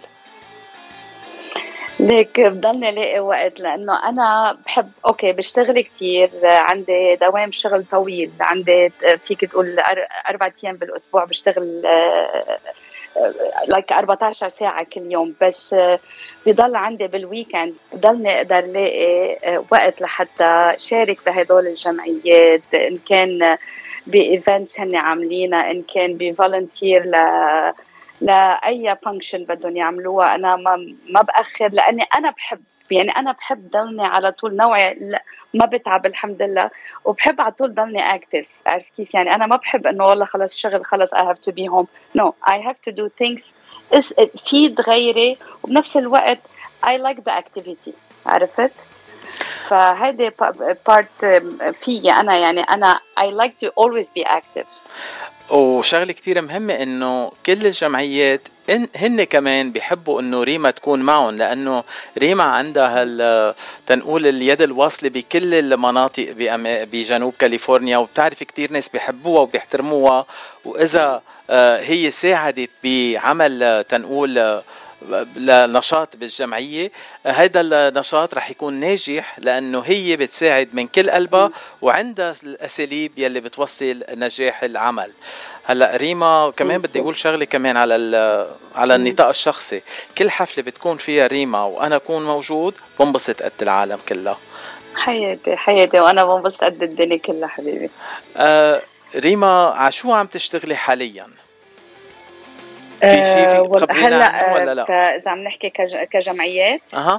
ليك بضلني لاقي وقت، لأنه أنا بحب بشتغل كتير، عندي دوام شغل طويل، عندي فيك تقول 4 أيام بالأسبوع بشتغل like 14 ساعة كل يوم، بس بيضل عندي بالويكند بضلني أقدر لاقي وقت لحتى شارك بهدول الجمعيات، إن كان بإيفنتس هن عاملينها، إن كان بفولنتير لأي فانكشن بدهم يعملوها. أنا ما بأخر، لأني أنا بحب ضلني على طول نوعي ما بتعب الحمد لله، وبحب على طول ضلني اكتف. عارف كيف يعني؟ انا ما بحب انه والله خلص الشغل خلص I have to be home. No, I have to do things تفيد غيري، وبنفس الوقت I like the activity. عرفت؟ فهذا part فيي أنا، يعني أنا I like to always be active. وشغلة كتير مهمة إنه كل الجمعيات هن كمان بيحبوا إنه ريما تكون معهم، لأنه ريما عندها تنقول اليد الواصلة بكل المناطق بجنوب كاليفورنيا، وبتعرف كتير ناس بيحبوها وبيحترموها، وإذا هي ساعدت بعمل تنقول لنشاط بالجمعية، هذا النشاط رح يكون ناجح لأنه هي بتساعد من كل قلبها وعندها الأساليب يلي بتوصل نجاح العمل. هلأ ريما كمان بدي أقول شغلة كمان على النطاق الشخصي. كل حفلة بتكون فيها ريما وأنا أكون موجود بنبسط قد العالم كلها. حياتي وأنا بنبسط قد الدنيا كلها حبيبي. ريما عشو عم تشتغلي حاليا؟ في شيء خبرينا عنه ولا لا؟ إذا عم نحكي كجمعيات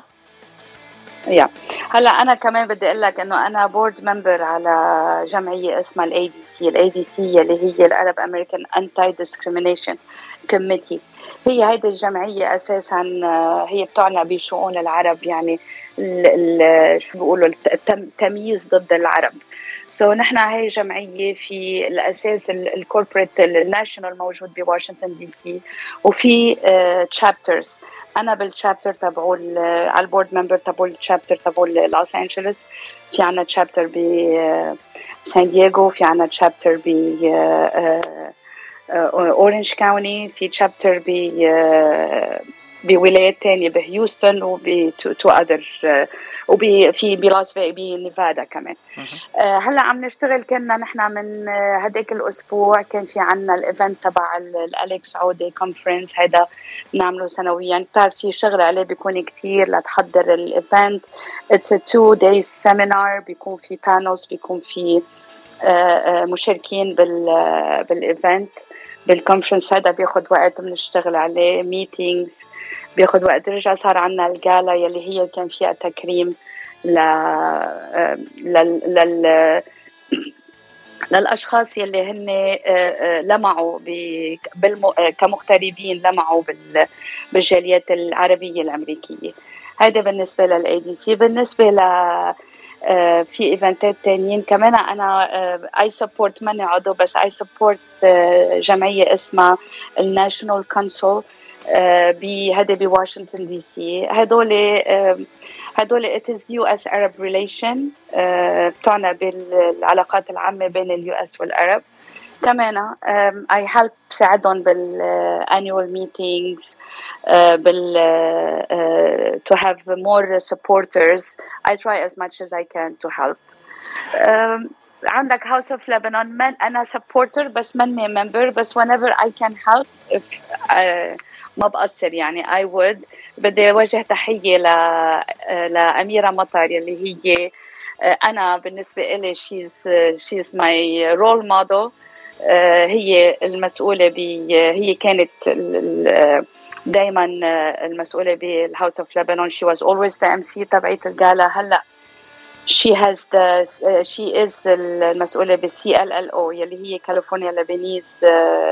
هلا أنا كمان بدي أقول لك إنه أنا بورد ممبر على جمعية اسمها الADC اللي هي العرب American Anti-Discrimination Committee. هي هيدي الجمعية أساسا هي بتعنى بشؤون العرب، يعني شو بيقولوا التمييز ضد العرب. نحن هاي جمعية في الأساس الكوربريت الناشونال موجود بواشنطن دي سي، وفي تشابترز. أنا بالتشابتر تبعو على البورد ممبر تبعو التشابتر تبعو لوس أنجلوس، في عنا تشابتر بسان دييغو، في عنا تشابتر أورنج كاوني، في تشابتر بولايات تانية بهيوستن وبتو أدر في بلاس بنيفادا كمان. هلا عم نشتغل، كنا نحن من هداك الأسبوع كان في عنا الإيفنت تبع الأليكس عودة كونفرنس، هيدا نعمله سنويا. بتعرف في شغل عليه بيكون كتير لتحضر الإيفنت. It's a 2 days seminar، بيكون في panels، بيكون في مشاركين بالإيفنت بالكونفرنس. هذا بياخد وقت بنشتغل عليه، ميتينجز بياخد وقت. رجع صار عنا الجالا يلي هي كان فيها تكريم للأشخاص يلي هن لمعوا كمغتربين، لمعوا بالجاليات العربية الأمريكية. هذا بالنسبة للADC. بالنسبة في إيفنتات تانيين كمان أنا I support، ماني عضو بس I support جمعية اسمها الناشونال كونسول بهذا بواشنطن دي سي. هدول it is US Arab relation، بتعنى بالعلاقات العامة بين الUS والعرب. كمان I help ساعدهم annual meetings، to have more supporters. I try as much as I can to help. عندك House of Lebanon، أنا supporter بس مني member، بس whenever I can help ما بقصر يعني I would. بدي أوجه تحية لأميرة مطر اللي هي أنا بالنسبة إلي she's my role model. هي المسؤولة هي كانت دايما المسؤولة بالهاوس اوف لبنان. she was always the MC تبعيت الجالة. هلا she is المسؤولة بالCLLO يلي هي California Lebanese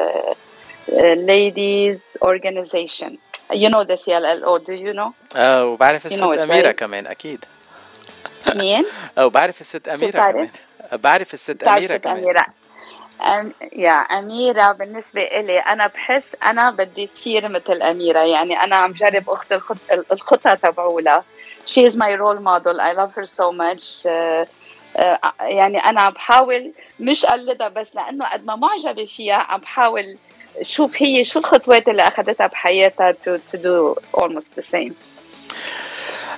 Ladies Organization. You know the CLLO, do you know? وبعرف الست أميرة كمان أكيد. مين؟ وبعرف الست أميرة كمان. بعرف الست أميرة كمان. يا أميرة بالنسبة إلي أنا بحس أنا بدي تصير مثل أميرة، يعني أنا عم جرب أخذ الخطة تبعولها. She is my role model. I love her so much. يعني أنا بحاول مش أقلدها بس لأنه قد ما معجبة فيها عم بحاول شوف هي شو الخطوات اللي أخذتها بحياتها to do almost the same.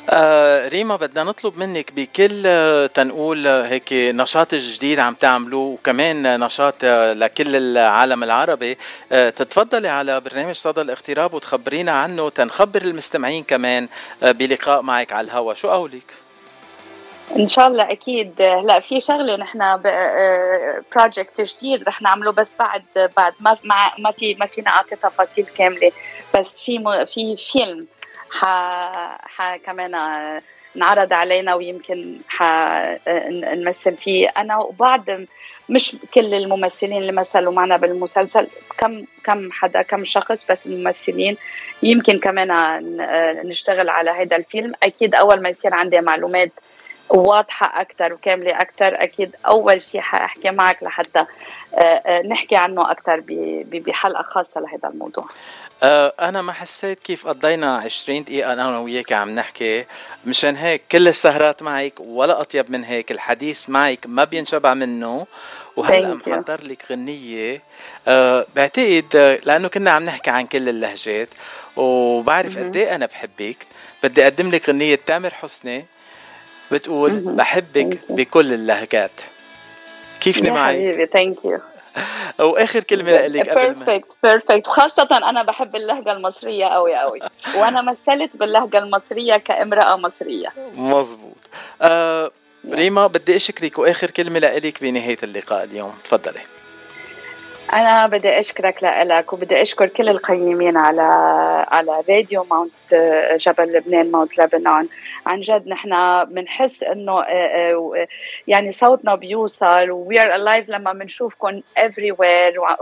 ريما بدنا نطلب منك بكل تنقول هيك نشاط جديد عم تعملوه وكمان نشاط لكل العالم العربي، تتفضلي على برنامج صدى الاغتراب وتخبرينا عنه تنخبر المستمعين كمان بلقاء معك على الهواء. شو قولك؟ ان شاء الله اكيد. هلا في شغله نحن بروجكت جديد رح نعمله، بس بعد ما فينا اعطي تفاصيل كامله، بس في فيلم كمان نعرض علينا ويمكن نمثل فيه انا وبعض، مش كل الممثلين اللي مثلوا معنا بالمسلسل، كم شخص بس الممثلين. يمكن كمان نشتغل على هذا الفيلم. اكيد اول ما يصير عندي معلومات واضحة أكتر وكاملة أكتر، أكيد أول شيء حأحكي معك لحتى نحكي عنه أكتر بحلقة خاصة لهذا الموضوع. أنا ما حسيت كيف قضينا 20 دقيقة أنا وياك عم نحكي، مشان هيك كل السهرات معك ولا أطيب من هيك، الحديث معك ما بينشبع منه. وهلأ محضر لك غنية بعتقد لأنه كنا عم نحكي عن كل اللهجات وبعرف قد ايه أنا بحبك. بدي أقدم لك غنية تامر حسني بتقول بحبك بكل اللهجات. كيفني معي؟ حبيبي ثانك يو. واخر كلمه لك قبل بيرفكت. خاصه انا بحب اللهجه المصريه قوي قوي، وانا مثلت باللهجه المصريه كامراه مصريه. مزبوط. ريما بدي اشكرك، واخر كلمه لك بنهايه اللقاء اليوم، تفضلي. أنا بدي أشكرك لك، وبدي أشكر كل القيمين على راديو ماونت جبل لبنان، ماونت لبنان. عن جد نحن بنحس إنه يعني صوتنا بيوصل و we are alive لما بنشوفكم everywhere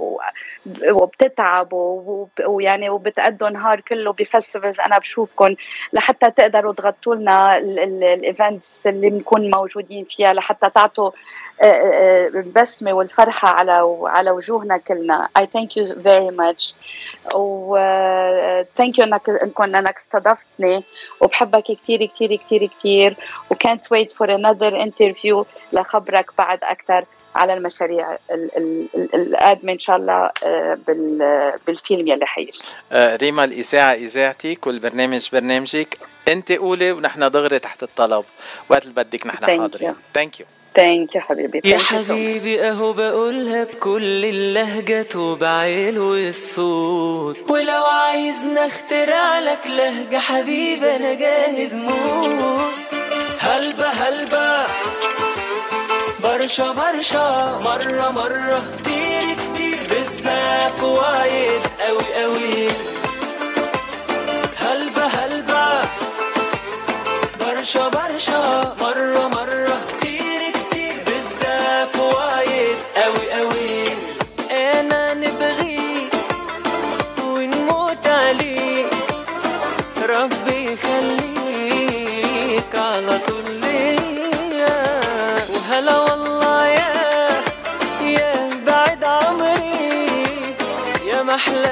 وبتتعبوا ويعني وبتقضوا نهار كله بفستيفالز. أنا بشوفكم لحتى تقدروا تغطوا لنا الإيفنتس اللي بنكون موجودين فيها، لحتى تعطوا البسمة والفرحة على وجوهنا كلنا. I thank you very much و thank you انك استضفتني، وبحبك كتير كتير كتير كتير، و can't wait for another interview لخبرك بعد أكتر على المشاريع القادمة إن شاء الله بالفيلم يلي حيجي. ريما، الإذاعة إذاعتك والبرنامج برنامجك، أنت قولي ونحن دغري تحت الطلب وقت اللي بدك نحن حاضرين. thank you. ثانك يو حبيبي. يا حبيبي اهو بقولها بكل اللهجات وبعيل والصوت، ولو عايزنا اخترع لك لهجة حبيبي انا جاهز موت. هلبة هلبة برشا برشا مرة مرة كتير كتير بالزاف وايد قوي قوي. هلبة هلبة برشا برشا مرة مرة قوي قوي. انا نبغيك ونموت عليك، ربي يخليك على طول ليا. وهلا والله يا بعد عمري، يا محلى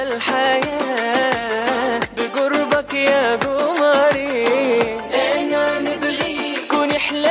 الحياة بقربك يا قمري. انا نبغيك ونحلى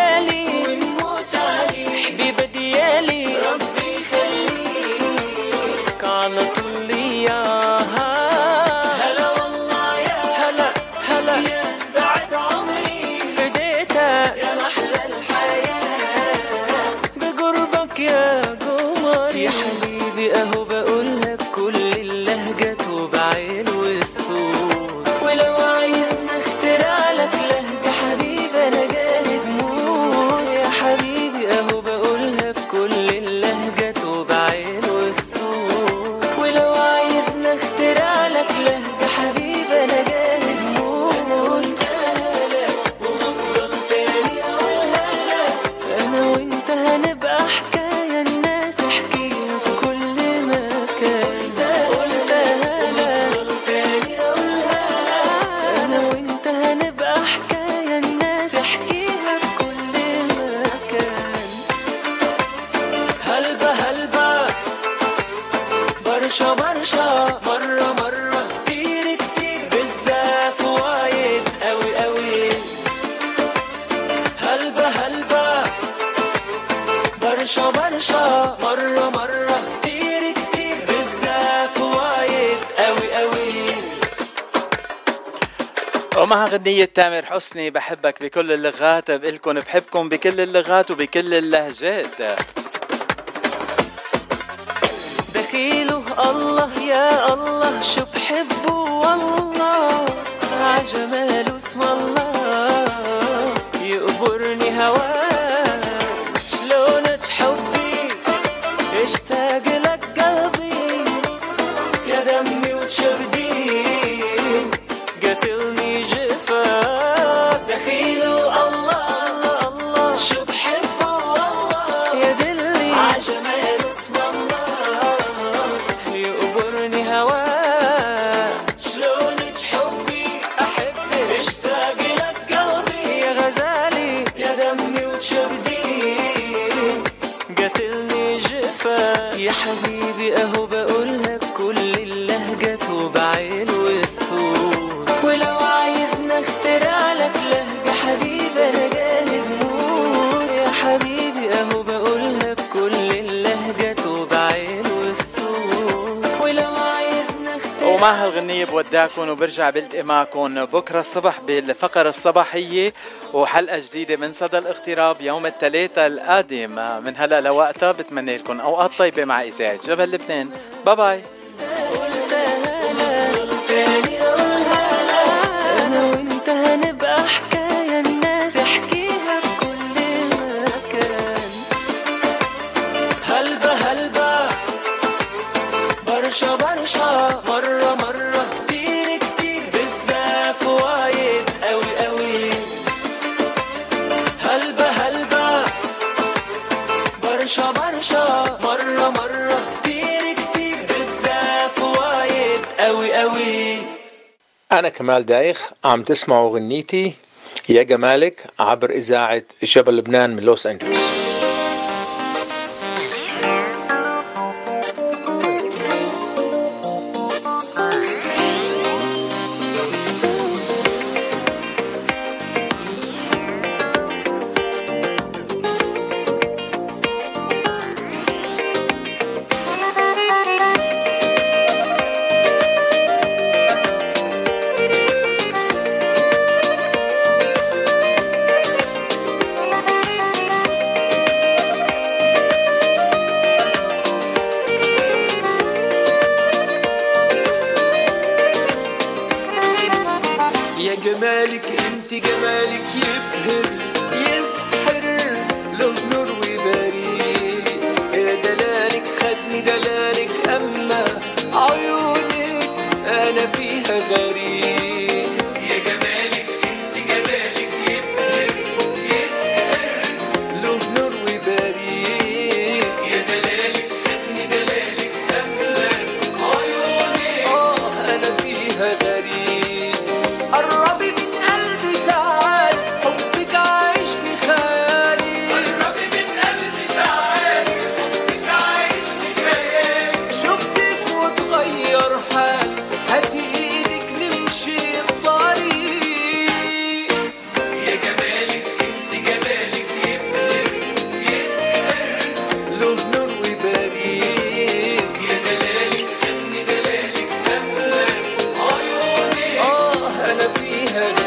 ومع غنية تامر حسني بحبك بكل اللغات، بقلكن بحبكم بكل اللغات وبكل اللهجات. دخيله الله يا الله شو بحبه والله، عجماله اسم الله يقبرني هواك، شلون تحبي اشتاق لك قلبي يا دمي وتشردي قتلني جفاك. دخيله الله الله شو بحبه والله يا دلي عجماله اسم الله يقبرني هواك، شلون تحبي احبك اشتاق لك قلبي يا غزالي يا دمي وتشردي قتلني جفاك. يا حبيبي اهو بقولها بكل اللهجات وبعين والصوت، ولو عايزنا اخترع لك لهجة حبيبي انا جاهز موت. يا حبيبي اهو بقولها بكل اللهجات وبعين والصوت، ولو عايزنا اخترع. ومع هالغنية بودعكم وبرجع بلتقي معكم بكرة الصبح بالفقرة الصباحية وحلقة جديدة من صدى الاغتراب يوم الثلاثاء القادم. من هلأ لوقتها بتمنى لكم أوقات طيبة مع إذاعة جبل لبنان. باي باي. أنا وإنت هنبقى حكاية الناس تحكيها بكل مكان. هلبة هلبة برشا برشا مرة مرة كتير كتير بزاف وايد قوي قوي. هلبة هلبة برشا برشا مرة مرة كتير كتير بزاف وايد قوي قوي. أنا كمال دايخ عم تسمعوا غنيتي يا جمالك عبر إذاعة جبل لبنان من لوس أنجلوس. جمالك انت جمالك يبهر يسحر له نور وبريء. يا دلالك خدني دلالك اما عيونك انا فيها غريب. يا جمالك انت جمالك يبهر يسحر له نور وبريء. يا دلالك خدني دلالك اما عيونك انا فيها غريب. قربي من قلبي تعالي حبك عايش في خيالي. قربي من قلبي تعالي حبك عايش في خيالي. شفتك وتغير حالي هاتي ايدك نمشي الطريق. يا جمالك انت جمالك يبهر يسهر له نور وبريق. يا دلالك خدني دلالك أمل عيوني أنا فيها غريب.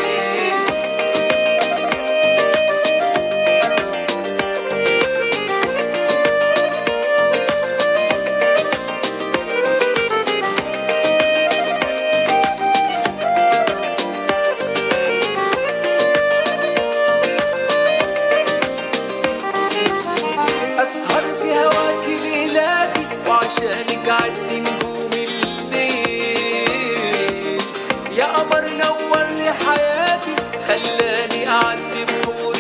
أسهر في هواكي ليلاتي وعشانك عدي نجوم الليل. يا قمر نور لي حياتي خلاني أعدي بحور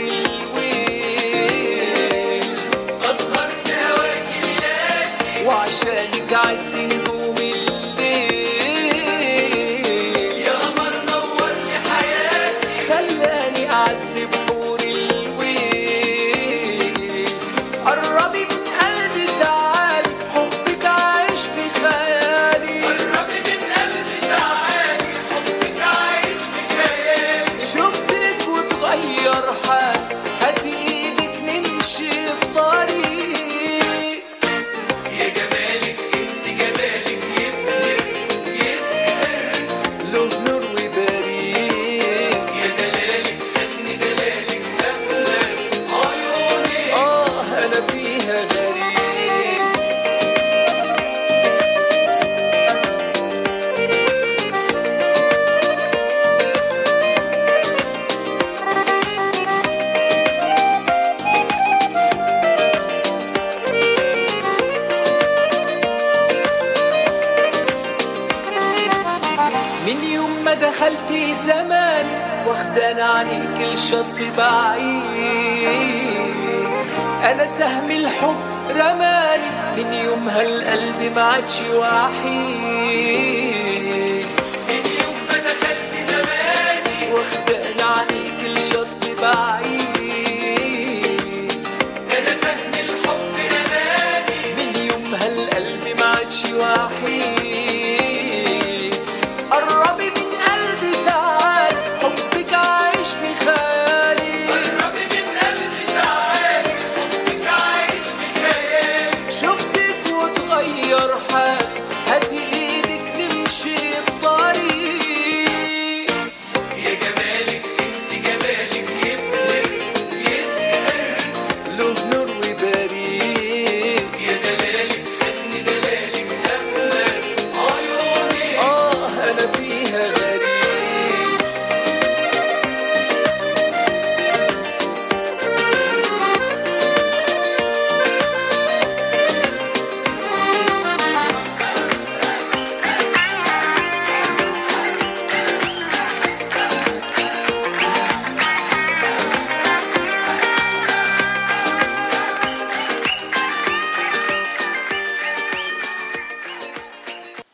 الويل. أسهر في هواكي ليلاتي وعشانك عدي نجوم الليل. يا قمر نور لي حياتي خلاني أعدي بحور الويل. قربي من قلبي تعالي حبك عايش في خيالي. قربي من قلبي تعالي حبك عايش في خيالي. شفتك وتغير حالي هاتي ايدك نمشي الطريق. يا جمالك انت جمالك يبهر يسهر له نور وبريق. دخلتي زمان واخدان عني كل شط بعيد. انا سهم الحب رماني من يومها القلب ما عادش وحيد. من يوم ما دخلتي زماني واخدان عني كل شط بعيد.